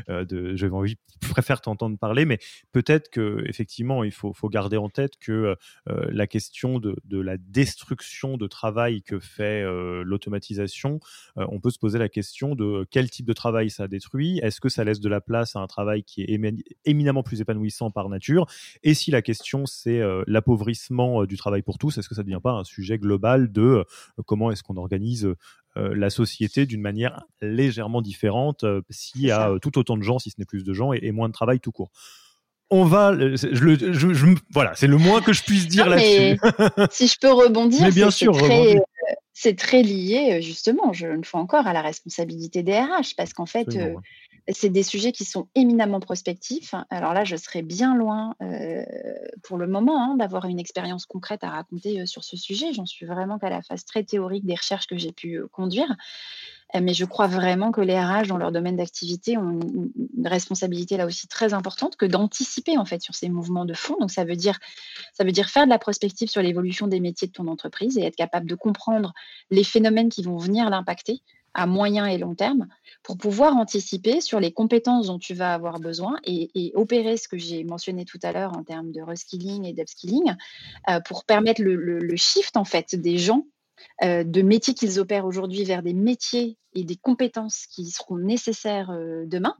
je préfère t'entendre parler, mais peut-être que effectivement, il faut garder en tête que la question de la destruction de travail que fait l'automatisation, on peut se poser la question de quel type de travail ça détruit. Est-ce que ça laisse de la place à un travail qui est éminemment plus épanouissant par nature? Et si la question, c'est l'appauvrissement du travail pour tous, est-ce que ça ne devient pas un sujet global de comment est-ce qu'on organise la société d'une manière légèrement différente s'il y a tout autant de gens, si ce n'est plus de gens, et moins de travail tout court? On va, voilà, c'est le moins que je puisse dire là-dessus. Si je peux rebondir, mais bien sûr, rebondir. C'est très lié, justement, une fois encore, à la responsabilité des RH, parce qu'en fait, Absolument, ouais. c'est des sujets qui sont éminemment prospectifs. Alors là, je serais bien loin, pour le moment, d'avoir une expérience concrète à raconter sur ce sujet. J'en suis vraiment qu'à la phase très théorique des recherches que j'ai pu conduire. Mais je crois vraiment que les RH, dans leur domaine d'activité, ont une responsabilité là aussi très importante que d'anticiper en fait sur ces mouvements de fond. Donc ça veut dire faire de la prospective sur l'évolution des métiers de ton entreprise et être capable de comprendre les phénomènes qui vont venir l'impacter à moyen et long terme pour pouvoir anticiper sur les compétences dont tu vas avoir besoin et opérer ce que j'ai mentionné tout à l'heure en termes de reskilling et d'upskilling pour permettre le shift en fait des gens de métiers qu'ils opèrent aujourd'hui vers des métiers et des compétences qui seront nécessaires demain,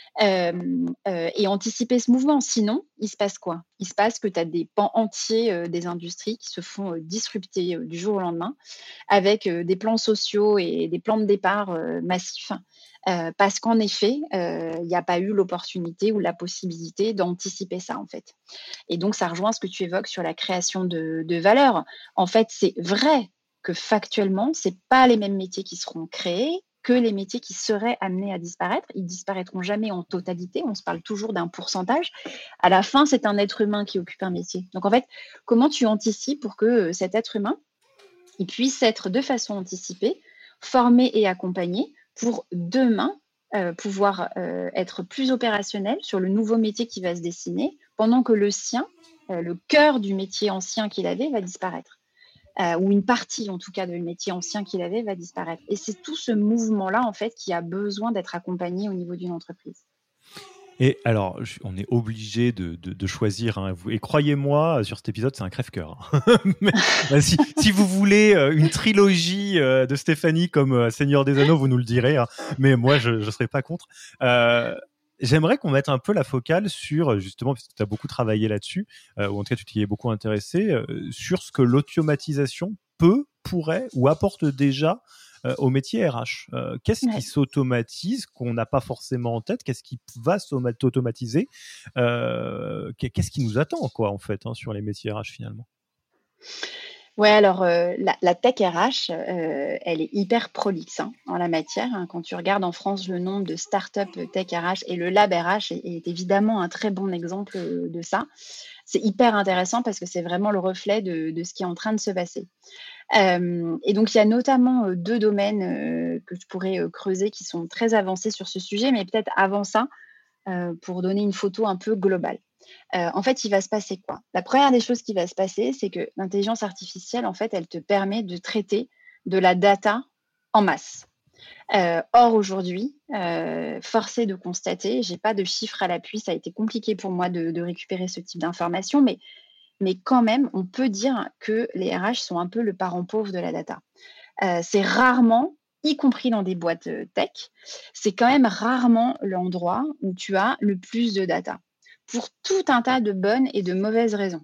et anticiper ce mouvement. Sinon, il se passe quoi? Il se passe que tu as des pans entiers des industries qui se font disrupter du jour au lendemain avec des plans sociaux et des plans de départ massifs. Parce qu'en effet, il n'y a pas eu l'opportunité ou la possibilité d'anticiper ça, en fait. Et donc, ça rejoint ce que tu évoques sur la création de valeur. En fait, c'est vrai que factuellement, ce n'est pas les mêmes métiers qui seront créés que les métiers qui seraient amenés à disparaître. Ils disparaîtront jamais en totalité. On se parle toujours d'un pourcentage. À la fin, c'est un être humain qui occupe un métier. Donc, en fait, comment tu anticipes pour que cet être humain il puisse être de façon anticipée, formé et accompagné pour demain pouvoir être plus opérationnel sur le nouveau métier qui va se dessiner, pendant que le sien, le cœur du métier ancien qu'il avait, va disparaître. Ou une partie, en tout cas, du métier ancien qu'il avait va disparaître. Et c'est tout ce mouvement-là, en fait, qui a besoin d'être accompagné au niveau d'une entreprise. Et alors, on est obligé de choisir. Et croyez-moi, sur cet épisode, c'est un crève-cœur. Mais, si vous voulez une trilogie de Stéphanie comme Seigneur des Anneaux, vous nous le direz. Mais moi, je ne serais pas contre. J'aimerais qu'on mette un peu la focale sur, justement, parce que tu as beaucoup travaillé là-dessus, ou en tout cas, tu t'y es beaucoup intéressé, sur ce que l'automatisation pourrait ou apporte déjà au métier RH. Qu'est-ce qui s'automatise qu'on n'a pas forcément en tête? Qu'est-ce qui va s'automatiser? Qu'est-ce qui nous attend, quoi, en fait, sur les métiers RH, finalement? Ouais, alors la tech RH, elle est hyper prolixe en la matière. Quand tu regardes en France le nombre de startups tech RH, et le Lab RH est évidemment un très bon exemple de ça. C'est hyper intéressant parce que c'est vraiment le reflet de ce qui est en train de se passer. Et donc, il y a notamment 2 domaines que je pourrais creuser qui sont très avancés sur ce sujet, mais peut-être avant ça, pour donner une photo un peu globale. En fait, il va se passer quoi? La première des choses qui va se passer, c'est que l'intelligence artificielle, en fait, elle te permet de traiter de la data en masse. Or aujourd'hui, force est de constater, j'ai pas de chiffres à l'appui, ça a été compliqué pour moi de récupérer ce type d'informations, mais quand même, on peut dire que les RH sont un peu le parent pauvre de la data. C'est rarement, y compris dans des boîtes, tech, c'est quand même rarement l'endroit où tu as le plus de data, pour tout un tas de bonnes et de mauvaises raisons.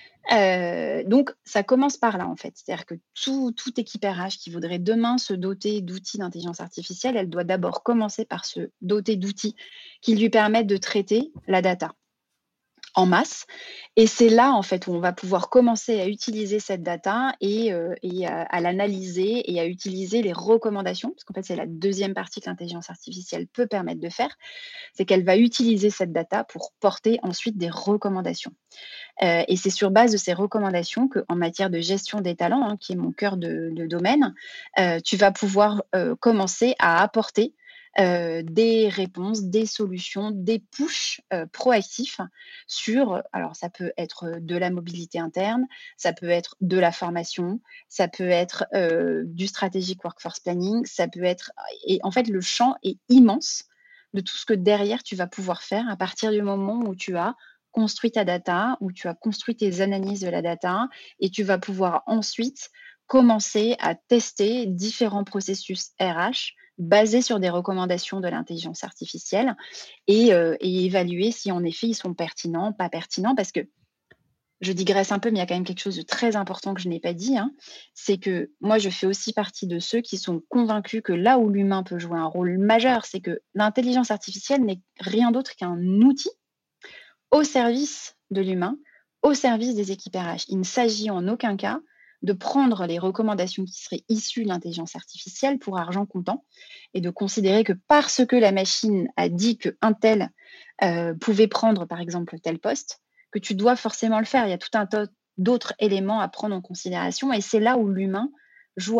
Donc ça commence par là, en fait. C'est-à-dire que toute équipe RH qui voudrait demain se doter d'outils d'intelligence artificielle, elle doit d'abord commencer par se doter d'outils qui lui permettent de traiter la data en masse. Et c'est là, en fait, où on va pouvoir commencer à utiliser cette data et à l'analyser et à utiliser les recommandations, parce qu'en fait, c'est la deuxième partie que l'intelligence artificielle peut permettre de faire, c'est qu'elle va utiliser cette data pour porter ensuite des recommandations. Et c'est sur base de ces recommandations qu'en matière de gestion des talents, hein, qui est mon cœur de domaine, tu vas pouvoir commencer à apporter des réponses, des solutions, des pushs proactifs sur, alors ça peut être de la mobilité interne, ça peut être de la formation, ça peut être du strategic workforce planning, ça peut être, et en fait le champ est immense de tout ce que derrière tu vas pouvoir faire à partir du moment où tu as construit ta data, où tu as construit tes analyses de la data, et tu vas pouvoir ensuite commencer à tester différents processus RH basés sur des recommandations de l'intelligence artificielle et évaluer si en effet ils sont pertinents, pas pertinents, parce que je digresse un peu, mais il y a quand même quelque chose de très important que je n'ai pas dit, hein, c'est que moi je fais aussi partie de ceux qui sont convaincus que là où l'humain peut jouer un rôle majeur, c'est que l'intelligence artificielle n'est rien d'autre qu'un outil au service de l'humain, au service des équipes RH. Il ne s'agit en aucun cas de prendre les recommandations qui seraient issues de l'intelligence artificielle pour argent comptant et de considérer que parce que la machine a dit qu'un tel pouvait prendre par exemple tel poste, que tu dois forcément le faire. Il y a tout un tas d'autres éléments à prendre en considération et c'est là où l'humain joue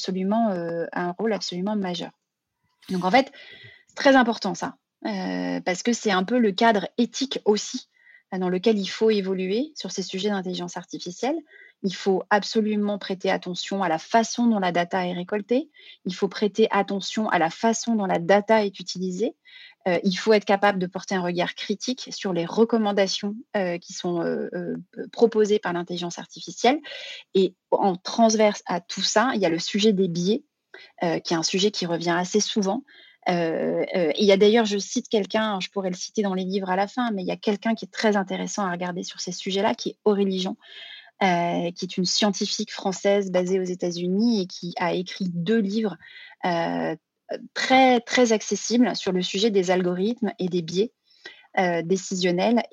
un rôle absolument majeur. Donc en fait, c'est très important ça, parce que c'est un peu le cadre éthique aussi, dans lequel il faut évoluer sur ces sujets d'intelligence artificielle. Il faut absolument prêter attention à la façon dont la data est récoltée. Il faut prêter attention à la façon dont la data est utilisée. Il faut être capable de porter un regard critique sur les recommandations, qui sont, proposées par l'intelligence artificielle et en transverse à tout ça, il y a le sujet des biais, qui est un sujet qui revient assez souvent. Il y a d'ailleurs, je cite quelqu'un, je pourrais le citer dans les livres à la fin, mais il y a quelqu'un qui est très intéressant à regarder sur ces sujets-là, qui est Aurélie Jean, qui est une scientifique française basée aux États-Unis et qui a écrit 2 livres très, très accessibles sur le sujet des algorithmes et des biais décisionnels.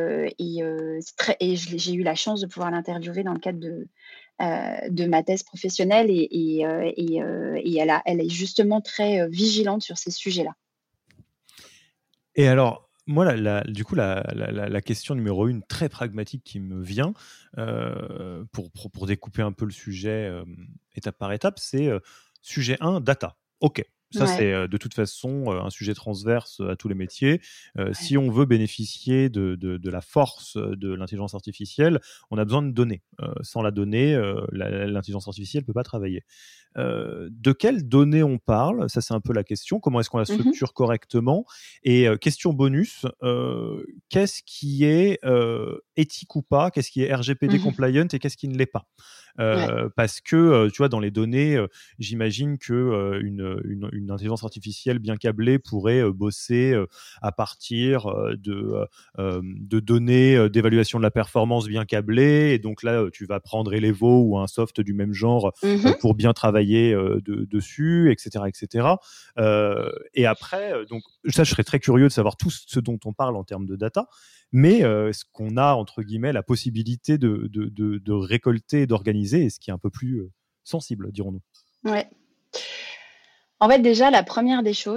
J'ai eu la chance de pouvoir l'interviewer dans le cadre de ma thèse professionnelle et elle est justement très vigilante sur ces sujets-là. Et alors, moi, du coup, la question numéro 1, très pragmatique, qui me vient, pour découper un peu le sujet étape par étape, c'est sujet 1, data. OK. Ça, Ouais. c'est de toute façon un sujet transverse à tous les métiers. Si on veut bénéficier de la force de l'intelligence artificielle, on a besoin de données. Sans la donnée, l'intelligence artificielle ne peut pas travailler. De quelles données on parle? Ça, c'est un peu la question. Comment est-ce qu'on la structure correctement? Et question bonus, qu'est-ce qui est éthique ou pas? Qu'est-ce qui est RGPD compliant et qu'est-ce qui ne l'est pas? Parce que, tu vois, dans les données, j'imagine que une intelligence artificielle bien câblée pourrait bosser à partir de données d'évaluation de la performance bien câblées. Et donc là, tu vas prendre Elevo ou un soft du même genre pour bien travailler dessus, etc., etc. Et après, donc ça, je serais très curieux de savoir tout ce dont on parle en termes de data. Mais est-ce qu'on a, entre guillemets, la possibilité de récolter et d'organiser, et ce qui est un peu plus sensible, dirons-nous? Ouais. En fait, déjà, la première des choses,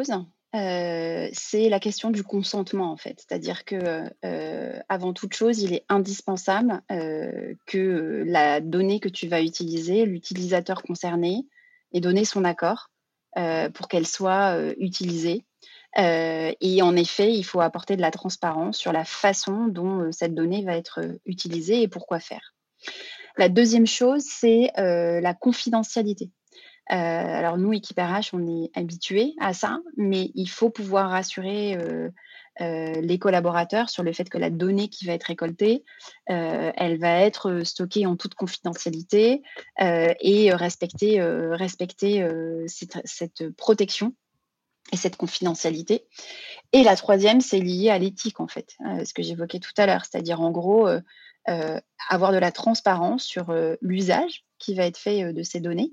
c'est la question du consentement, en fait. C'est-à-dire que, avant toute chose, il est indispensable, que la donnée que tu vas utiliser, l'utilisateur concerné ait donné son accord, pour qu'elle soit, utilisée. Et en effet, il faut apporter de la transparence sur la façon dont, cette donnée va être, utilisée et pour quoi faire. La deuxième chose, c'est, la confidentialité. Alors nous, Équipe RH, on est habitués à ça, mais il faut pouvoir rassurer, les collaborateurs sur le fait que la donnée qui va être récoltée, elle va être, stockée en toute confidentialité, et respecter, cette protection et cette confidentialité. Et la troisième, c'est lié à l'éthique, en fait, ce que j'évoquais tout à l'heure. C'est-à-dire, en gros, avoir de la transparence sur, l'usage qui va être fait, de ces données,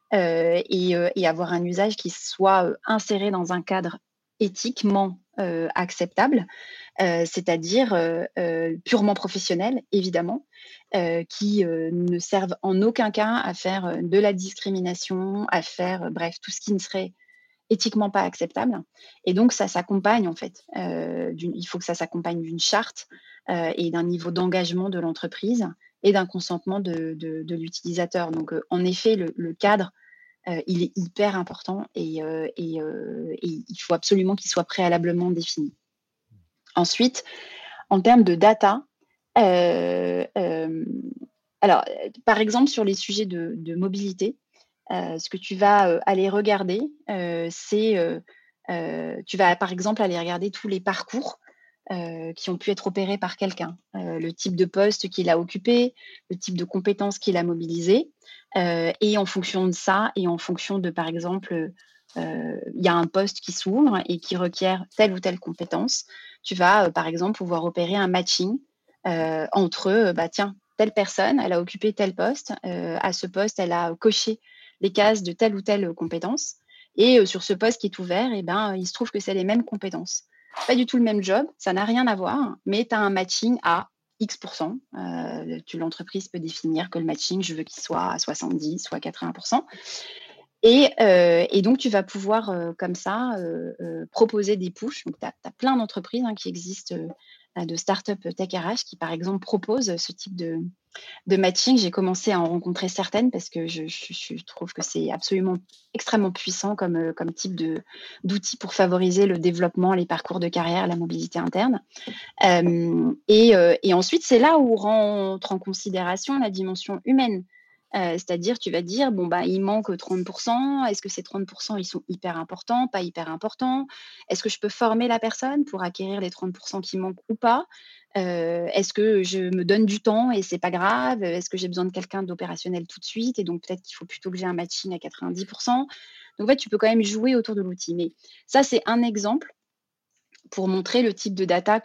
et avoir un usage qui soit, inséré dans un cadre éthiquement, acceptable, c'est-à-dire, purement professionnel, évidemment, qui, ne servent en aucun cas à faire, de la discrimination, à faire, bref, tout ce qui ne serait éthiquement pas acceptable. Et donc ça s'accompagne en fait, il faut que ça s'accompagne d'une charte, et d'un niveau d'engagement de l'entreprise et d'un consentement de l'utilisateur. Donc, en effet, le cadre, il est hyper important et il faut absolument qu'il soit préalablement défini. Ensuite, en termes de data, hem, alors, par exemple, sur les sujets de mobilité, ce que tu vas, aller regarder, c'est, tu vas, par exemple, aller regarder tous les parcours, qui ont pu être opérés par quelqu'un, le type de poste qu'il a occupé, le type de compétences qu'il a mobilisées, et en fonction de ça et en fonction de, par exemple, il y a un poste qui s'ouvre et qui requiert telle ou telle compétence, tu vas, par exemple, pouvoir opérer un matching, entre, bah, tiens, telle personne, elle a occupé tel poste, à ce poste, elle a coché les cases de telle ou telle compétence et sur ce poste qui est ouvert et ben, il se trouve que c'est les mêmes compétences. Pas du tout le même job, ça n'a rien à voir, mais tu as un matching à X. L'entreprise peut définir que le matching, je veux qu'il soit à 70 ou à 80. Et donc tu vas pouvoir, comme ça, proposer des pushs. Donc tu as plein d'entreprises, hein, qui existent, de start-up tech RH qui, par exemple, proposent ce type de matching. J'ai commencé à en rencontrer certaines parce que je trouve que c'est absolument extrêmement puissant comme type d'outil pour favoriser le développement, les parcours de carrière, la mobilité interne. Et ensuite, c'est là où rentre en considération la dimension humaine. C'est-à-dire, tu vas dire, bon, bah, il manque 30. Est-ce que ces 30 ils sont hyper importants, pas hyper importants? Est-ce que je peux former la personne pour acquérir les 30 qui manquent ou pas? Est-ce que je me donne du temps et c'est pas grave? Est-ce que j'ai besoin de quelqu'un d'opérationnel tout de suite et donc peut-être qu'il faut plutôt que j'ai un matching à 90. Donc en fait, tu peux quand même jouer autour de l'outil. Mais ça, c'est un exemple pour montrer le type de data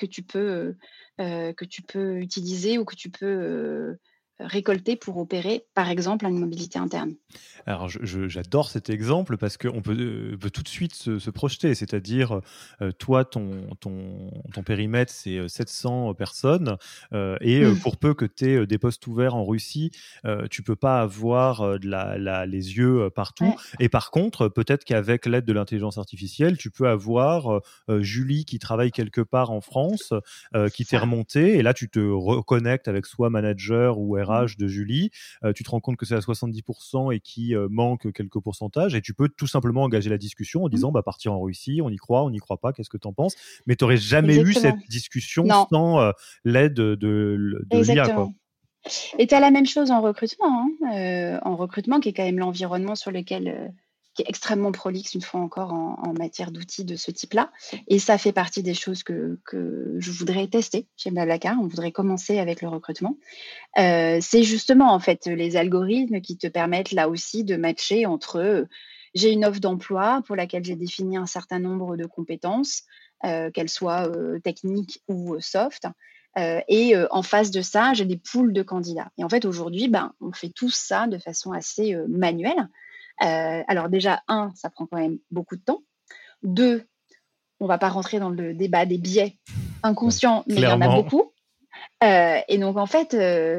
que tu peux utiliser ou que tu peux, récolter pour opérer, par exemple, une mobilité interne. Alors, j'adore cet exemple parce qu'on peut tout de suite se projeter. C'est-à-dire, toi, ton périmètre, c'est 700 personnes. Et Mmh. pour peu que tu aies des postes ouverts en Russie, tu peux pas avoir les yeux partout. Ouais, Et par contre, peut-être qu'avec l'aide de l'intelligence artificielle, tu peux avoir Julie qui travaille quelque part en France, qui c'est t'est ça. remontée. Et là, tu te reconnectes avec soit manager ou Mmh. RH de Julie. Tu te rends compte que c'est à 70% et qui manque quelques pourcentages, et tu peux tout simplement engager la discussion en Mmh. disant bah, partir en Russie, on y croit pas, qu'est-ce que tu en penses? Mais tu n'aurais jamais eu Exactement. cette discussion Non, sans l'aide de l'IA, quoi. exactement. Et tu as la même chose en recrutement, hein, en recrutement qui est quand même l'environnement sur lequel, qui est extrêmement prolixe une fois encore en matière d'outils de ce type-là et ça fait partie des choses que je voudrais tester chez Blablacar. On voudrait commencer avec le recrutement. C'est justement, en fait, les algorithmes qui te permettent là aussi de matcher entre, j'ai une offre d'emploi pour laquelle j'ai défini un certain nombre de compétences, qu'elles soient, techniques ou, soft, et en face de ça, j'ai des pools de candidats et en fait, aujourd'hui, ben, on fait tout ça de façon assez, manuelle. Alors déjà, un, ça prend quand même beaucoup de temps. Deux, on va pas rentrer dans le débat des biais Ouais, inconscients, mais il y en a clairement. beaucoup. Et donc en fait,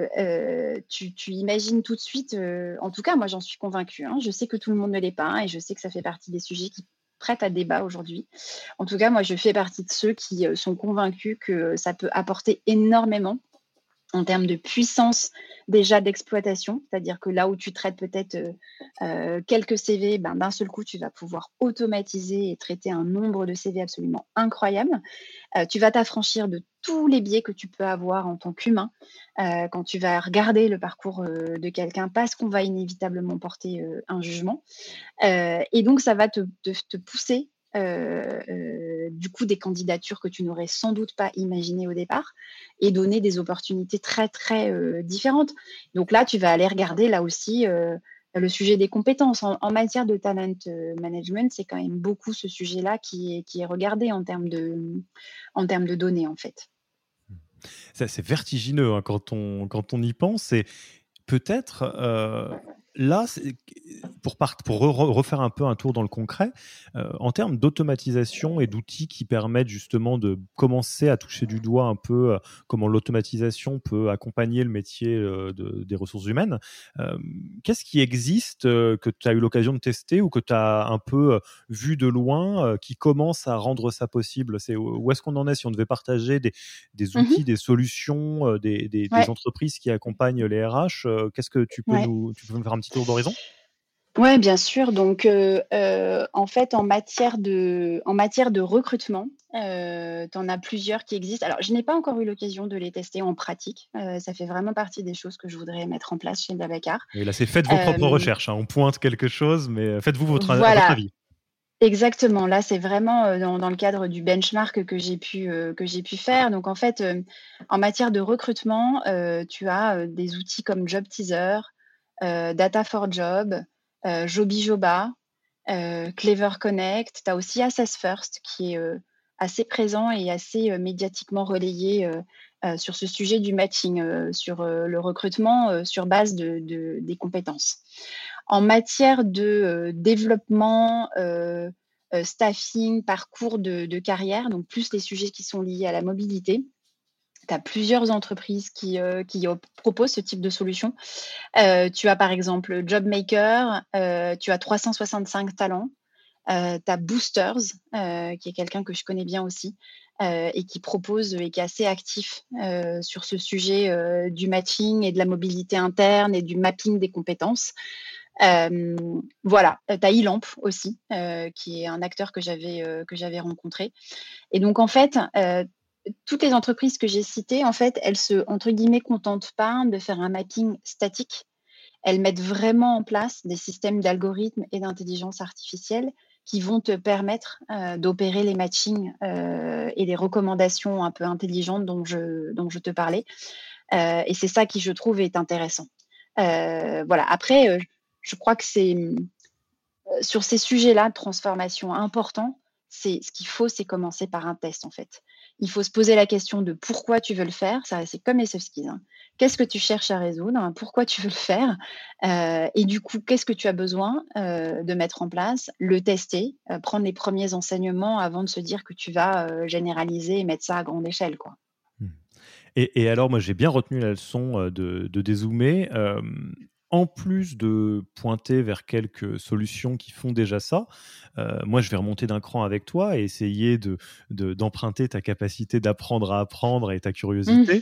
tu imagines tout de suite, en tout cas moi j'en suis convaincue, hein, je sais que tout le monde ne l'est pas, hein, et je sais que ça fait partie des sujets qui prête à débat aujourd'hui. En tout cas, moi, je fais partie de ceux qui sont convaincus que ça peut apporter énormément en termes de puissance déjà d'exploitation, c'est-à-dire que là où tu traites peut-être quelques CV, ben, d'un seul coup, tu vas pouvoir automatiser et traiter un nombre de CV absolument incroyable. Tu vas t'affranchir de tous les biais que tu peux avoir en tant qu'humain quand tu vas regarder le parcours de quelqu'un parce qu'on va inévitablement porter un jugement. Et donc, ça va te pousser du coup des candidatures que tu n'aurais sans doute pas imaginées au départ et donner des opportunités très, très différentes. Donc là, tu vas aller regarder là aussi le sujet des compétences. En matière de talent management, c'est quand même beaucoup ce sujet-là qui est regardé en termes de données, en fait. C'est vertigineux hein, quand on y pense. Et peut-être, là, pour refaire un peu un tour dans le concret, en termes d'automatisation et d'outils qui permettent justement de commencer à toucher du doigt un peu comment l'automatisation peut accompagner le métier des ressources humaines, qu'est-ce qui existe que tu as eu l'occasion de tester ou que tu as un peu vu de loin qui commence à rendre ça possible? Où est-ce qu'on en est si on devait partager des outils, Mhm. des solutions, des Ouais, entreprises qui accompagnent les RH? Qu'est-ce que ouais. tu peux me faire un petit tour d'horizon? Ouais, bien sûr. Donc, en fait, en matière de recrutement, tu en as plusieurs qui existent. Alors, je n'ai pas encore eu l'occasion de les tester en pratique. Ça fait vraiment partie des choses que je voudrais mettre en place chez Blablacar. Et là, c'est faites vos propres Hem, recherches, hein. On pointe quelque chose, mais faites-vous à votre voilà, avis. exactement. Là, c'est vraiment, dans le cadre du benchmark que j'ai pu faire. Donc en fait, en matière de recrutement, tu as, des outils comme Job Teaser, Data for Job, Jobijoba, Clever Connect. Tu as aussi Assess First qui est, assez présent et assez, médiatiquement relayé, sur ce sujet du matching, sur, le recrutement, sur base des compétences. En matière de, développement, staffing, parcours de carrière, donc plus les sujets qui sont liés à la mobilité, tu as plusieurs entreprises qui proposent ce type de solution. Tu as par exemple Jobmaker, tu as 365 Talents, tu as Boosters, qui est quelqu'un que je connais bien aussi, et qui propose et qui est assez actif, sur ce sujet, du matching et de la mobilité interne et du mapping des compétences. Voilà, tu as Elamp aussi, qui est un acteur que j'avais rencontré. Et donc en fait, toutes les entreprises que j'ai citées, en fait, elles se, entre guillemets, «contentent pas de faire un mapping statique». Elles mettent vraiment en place des systèmes d'algorithmes et d'intelligence artificielle qui vont te permettre, d'opérer les matchings, et les recommandations un peu intelligentes dont je te parlais. Et c'est ça qui, je trouve, est intéressant. Voilà. Après, je crois que c'est, sur ces sujets-là de transformation importants, ce qu'il faut, c'est commencer par un test, en fait. Il faut se poser la question de pourquoi tu veux le faire. Ça, c'est comme les soft skills, hein. Qu'est-ce que tu cherches à résoudre? Pourquoi tu veux le faire? Et du coup, qu'est-ce que tu as besoin, de mettre en place? Le tester, prendre les premiers enseignements avant de se dire que tu vas, généraliser et mettre ça à grande échelle, quoi. Mmh. Et alors, moi, j'ai bien retenu la leçon de dézoomer. En plus de pointer vers quelques solutions qui font déjà ça, moi, je vais remonter d'un cran avec toi et essayer d'emprunter ta capacité d'apprendre à apprendre et ta Mmh. curiosité.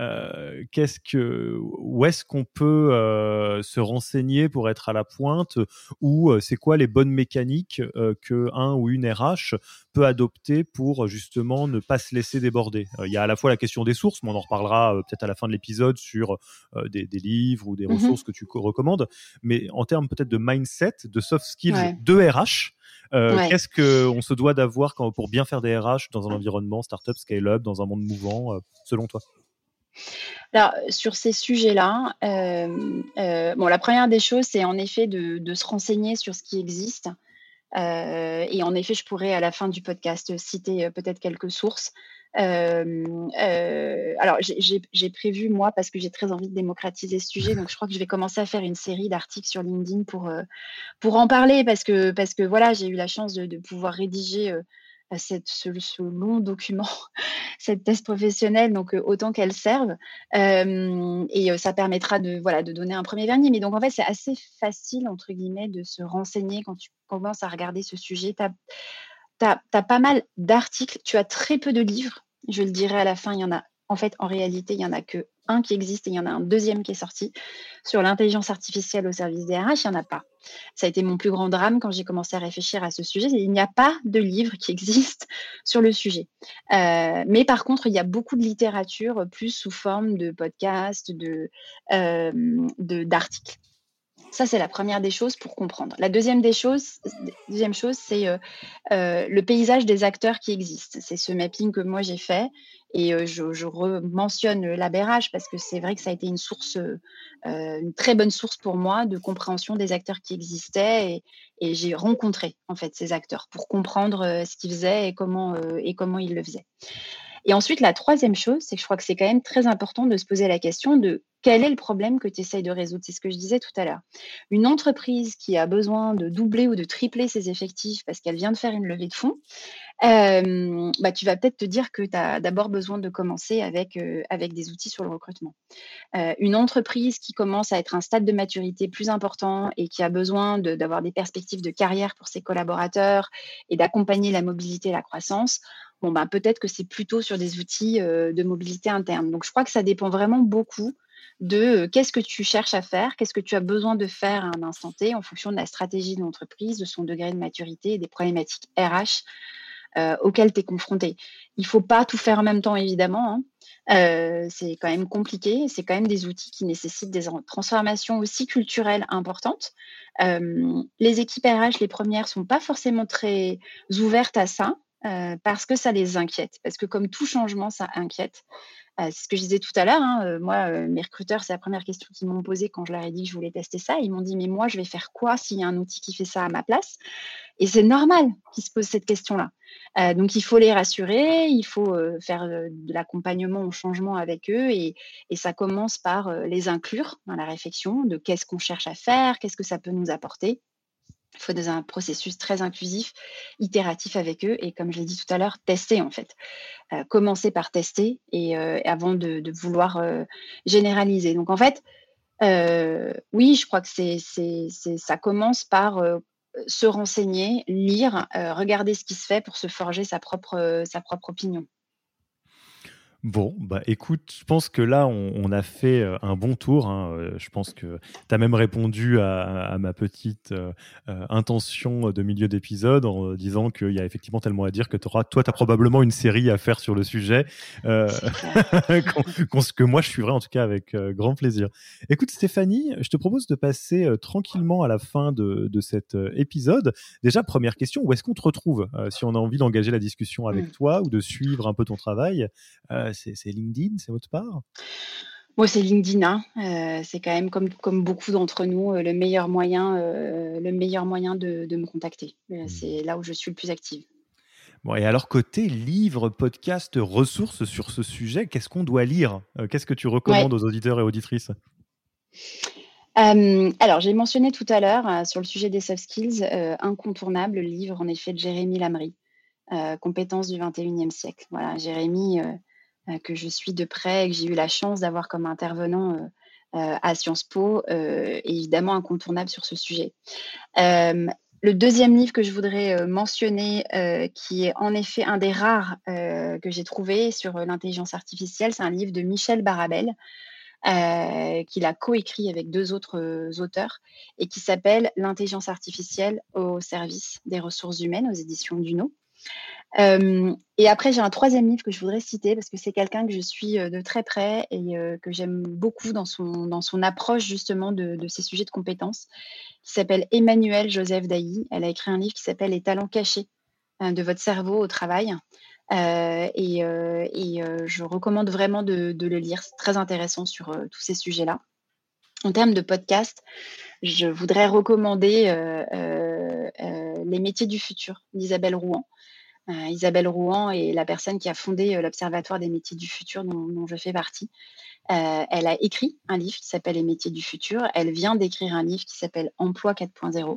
Où est-ce qu'on peut se renseigner pour être à la pointe, ou c'est quoi les bonnes mécaniques que un ou une RH peut adopter pour justement ne pas se laisser déborder? Il y a à la fois la question des sources, mais on en reparlera peut-être à la fin de l'épisode sur des livres ou des Mmh. ressources que tu recommandes, mais en termes peut-être de mindset, de soft skills Ouais, de RH, ouais. qu'est-ce qu'on se doit d'avoir pour bien faire des RH dans un environnement startup, scale-up, dans un monde mouvant, selon toi? Alors, sur ces sujets-là, bon, la première des choses, c'est en effet de se renseigner sur ce qui existe. Et en effet, je pourrais à la fin du podcast citer, peut-être quelques sources. Alors j'ai prévu moi, parce que j'ai très envie de démocratiser ce sujet, donc je crois que je vais commencer à faire une série d'articles sur LinkedIn pour en parler parce que voilà, j'ai eu la chance de pouvoir rédiger, ce long document, cette thèse professionnelle, donc autant qu'elle serve. Ça permettra de donner un premier vernis. Mais donc, en fait, c'est assez facile, entre guillemets, de se renseigner quand tu commences à regarder ce sujet. Tu as pas mal d'articles, tu as très peu de livres. Je le dirai à la fin, il y en a en fait, en réalité, il y en a que un qui existe et il y en a un deuxième qui est sorti. Sur l'intelligence artificielle au service des RH, il n'y en a pas. Ça a été mon plus grand drame quand j'ai commencé à réfléchir à ce sujet. Il n'y a pas de livre qui existe sur le sujet. Mais par contre, il y a beaucoup de littérature, plus sous forme de podcasts, d'articles. Ça, c'est la première des choses pour comprendre. La deuxième chose, c'est le paysage des acteurs qui existent. C'est ce mapping que moi j'ai fait et je mentionne l'ABRH parce que c'est vrai que ça a été une très bonne source pour moi de compréhension des acteurs qui existaient et j'ai rencontré en fait ces acteurs pour comprendre ce qu'ils faisaient et comment ils le faisaient. Et ensuite, la troisième chose, c'est que je crois que c'est quand même très important de se poser la question de quel est le problème que tu essayes de résoudre. C'est ce que je disais tout à l'heure. Une entreprise qui a besoin de doubler ou de tripler ses effectifs parce qu'elle vient de faire une levée de fonds, tu vas peut-être te dire que tu as d'abord besoin de commencer avec des outils sur le recrutement. Une entreprise qui commence à être à un stade de maturité plus important et qui a besoin d'avoir des perspectives de carrière pour ses collaborateurs et d'accompagner la mobilité et la croissance, peut-être que c'est plutôt sur des outils de mobilité interne. Donc, je crois que ça dépend vraiment beaucoup de qu'est-ce que tu cherches à faire, qu'est-ce que tu as besoin de faire à un instant T en fonction de la stratégie de l'entreprise, de son degré de maturité et des problématiques RH auxquelles tu es confronté. Il ne faut pas tout faire en même temps, évidemment, hein. C'est quand même compliqué. C'est quand même des outils qui nécessitent des transformations aussi culturelles importantes. Les équipes RH, les premières, ne sont pas forcément très ouvertes à ça parce que ça les inquiète. Parce que comme tout changement, ça inquiète. C'est ce que je disais tout à l'heure, hein, moi, mes recruteurs, c'est la première question qu'ils m'ont posée quand je leur ai dit que je voulais tester ça. Ils m'ont dit: «Mais moi, je vais faire quoi s'il y a un outil qui fait ça à ma place?» Et c'est normal qu'ils se posent cette question-là. Donc il faut les rassurer, il faut, faire, de l'accompagnement au changement avec eux et ça commence par, les inclure dans la réflexion de qu'est-ce qu'on cherche à faire? Qu'est-ce que ça peut nous apporter? Il faut un processus très inclusif, itératif avec eux et comme je l'ai dit tout à l'heure, tester en fait. Commencer par tester et avant de vouloir, généraliser. Donc en fait, oui, je crois que ça commence par, se renseigner, lire, regarder ce qui se fait pour se forger sa propre opinion. Bon, bah écoute, je pense que là, on a fait un bon tour, hein. Je pense que tu as même répondu à ma petite intention de milieu d'épisode en disant qu'il y a effectivement tellement à dire que toi, tu as probablement une série à faire sur le sujet, C'est clair. que moi, je suivrai en tout cas avec grand plaisir. Écoute, Stéphanie, je te propose de passer tranquillement à la fin de cet épisode. Déjà, première question, où est-ce qu'on te retrouve si on a envie d'engager la discussion avec Mmh. toi ou de suivre un peu ton travail? C'est LinkedIn, c'est votre part? Moi, c'est LinkedIn, hein, c'est quand même comme beaucoup d'entre nous, le meilleur moyen de me contacter. Mmh. C'est là où je suis le plus active. Bon, et alors côté livres, podcasts, ressources sur ce sujet, qu'est-ce qu'on doit lire? Qu'est-ce que tu Ouais. recommandes aux auditeurs et auditrices? Alors j'ai mentionné tout à l'heure, sur le sujet des soft skills, incontournable, le livre en effet de Jérémy Lamry, Compétences du XXIe siècle. Voilà, Jérémy, que je suis de près et que j'ai eu la chance d'avoir comme intervenant, à Sciences Po, est évidemment incontournable sur ce sujet. Hem, le deuxième livre que je voudrais, mentionner, qui est en effet un des rares, que j'ai trouvé sur, l'intelligence artificielle, c'est un livre de Michel Barabel, qu'il a coécrit avec 2 autres, auteurs et qui s'appelle «L'intelligence artificielle au service des ressources humaines» aux éditions Duno. Et après, j'ai un troisième livre que je voudrais citer parce que c'est quelqu'un que je suis, de très près et que j'aime beaucoup dans son approche justement de ces sujets de compétences, qui s'appelle Emmanuelle Joseph Dailly. Elle a écrit un livre qui s'appelle «Les talents cachés, de votre cerveau au travail». Je recommande vraiment de le lire. C'est très intéressant sur, tous ces sujets-là. En termes de podcast, je voudrais recommander, «Les métiers du futur» d'Isabelle Rouan. Isabelle Rouan est la personne qui a fondé, l'Observatoire des métiers du futur dont je fais partie. Elle a écrit un livre qui s'appelle «Les métiers du futur». Elle vient d'écrire un livre qui s'appelle «Emploi 4.0»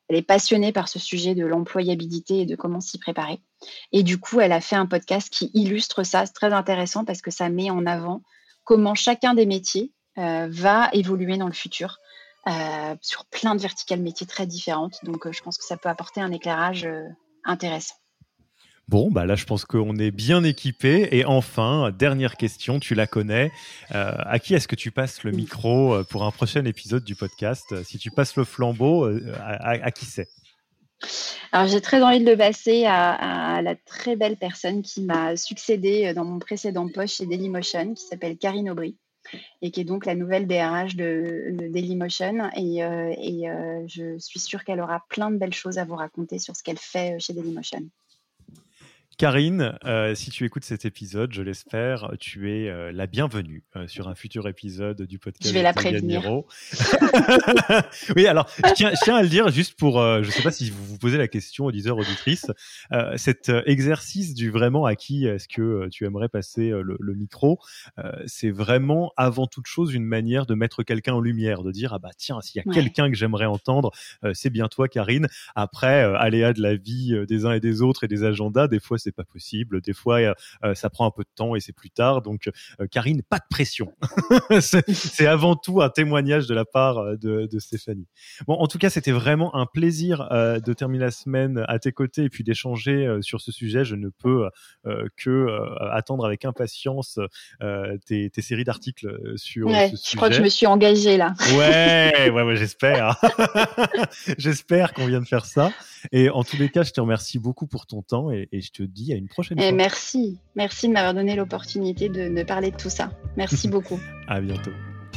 Elle est passionnée par ce sujet de l'employabilité et de comment s'y préparer. Et du coup, elle a fait un podcast qui illustre ça. C'est très intéressant parce que ça met en avant comment chacun des métiers va évoluer dans le futur sur plein de verticales métiers très différentes. Donc, je pense que ça peut apporter un éclairage intéressant. Bon, bah là, je pense qu'on est bien équipé. Et enfin, dernière question, tu la connais. À qui est-ce que tu passes le micro pour un prochain épisode du podcast? Si tu passes le flambeau, à qui c'est? Alors, j'ai très envie de le passer à la très belle personne qui m'a succédé dans mon précédent poste chez Dailymotion, qui s'appelle Karine Aubry, et qui est donc la nouvelle DRH de Dailymotion. Et je suis sûre qu'elle aura plein de belles choses à vous raconter sur ce qu'elle fait chez Dailymotion. Karine, si tu écoutes cet épisode, je l'espère, tu es la bienvenue sur un futur épisode du podcast. Je vais la prévenir. Oui, alors, je tiens à le dire juste pour, je ne sais pas si vous vous posez la question, auditeurs, auditrices, cet exercice du vraiment à qui est-ce que tu aimerais passer le micro, c'est vraiment avant toute chose une manière de mettre quelqu'un en lumière, de dire, ah bah tiens, s'il y a quelqu'un que j'aimerais entendre, c'est bien toi, Karine. Après, aléa de la vie des uns et des autres et des agendas, des fois, c'est pas possible. Des fois, ça prend un peu de temps et c'est plus tard. Donc, Karine, pas de pression. c'est avant tout un témoignage de la part de Stéphanie. Bon, en tout cas, c'était vraiment un plaisir de terminer la semaine à tes côtés et puis d'échanger sur ce sujet. Je ne peux que attendre avec impatience tes séries d'articles sur ce sujet. Je crois que je me suis engagée là. Ouais, j'espère. J'espère qu'on vient de faire ça. Et en tous les cas, je te remercie beaucoup pour ton temps et je te dis à une prochaine fois. Merci de m'avoir donné l'opportunité de parler de tout ça. Merci beaucoup. À bientôt.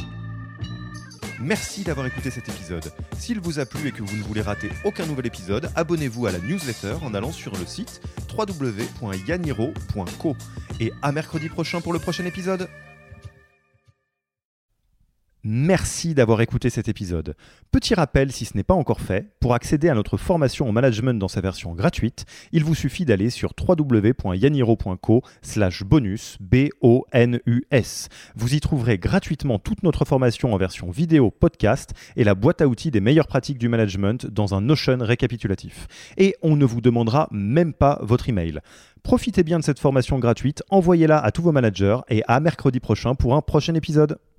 Merci d'avoir écouté cet épisode. S'il vous a plu et que vous ne voulez rater aucun nouvel épisode, abonnez-vous à la newsletter en allant sur le site www.yaniro.co. Et à mercredi prochain pour le prochain épisode. Merci d'avoir écouté cet épisode. Petit rappel, si ce n'est pas encore fait, pour accéder à notre formation en management dans sa version gratuite, il vous suffit d'aller sur www.yaniro.co/bonus, BONUS. Vous y trouverez gratuitement toute notre formation en version vidéo, podcast et la boîte à outils des meilleures pratiques du management dans un Notion récapitulatif. Et on ne vous demandera même pas votre email. Profitez bien de cette formation gratuite, envoyez-la à tous vos managers et à mercredi prochain pour un prochain épisode.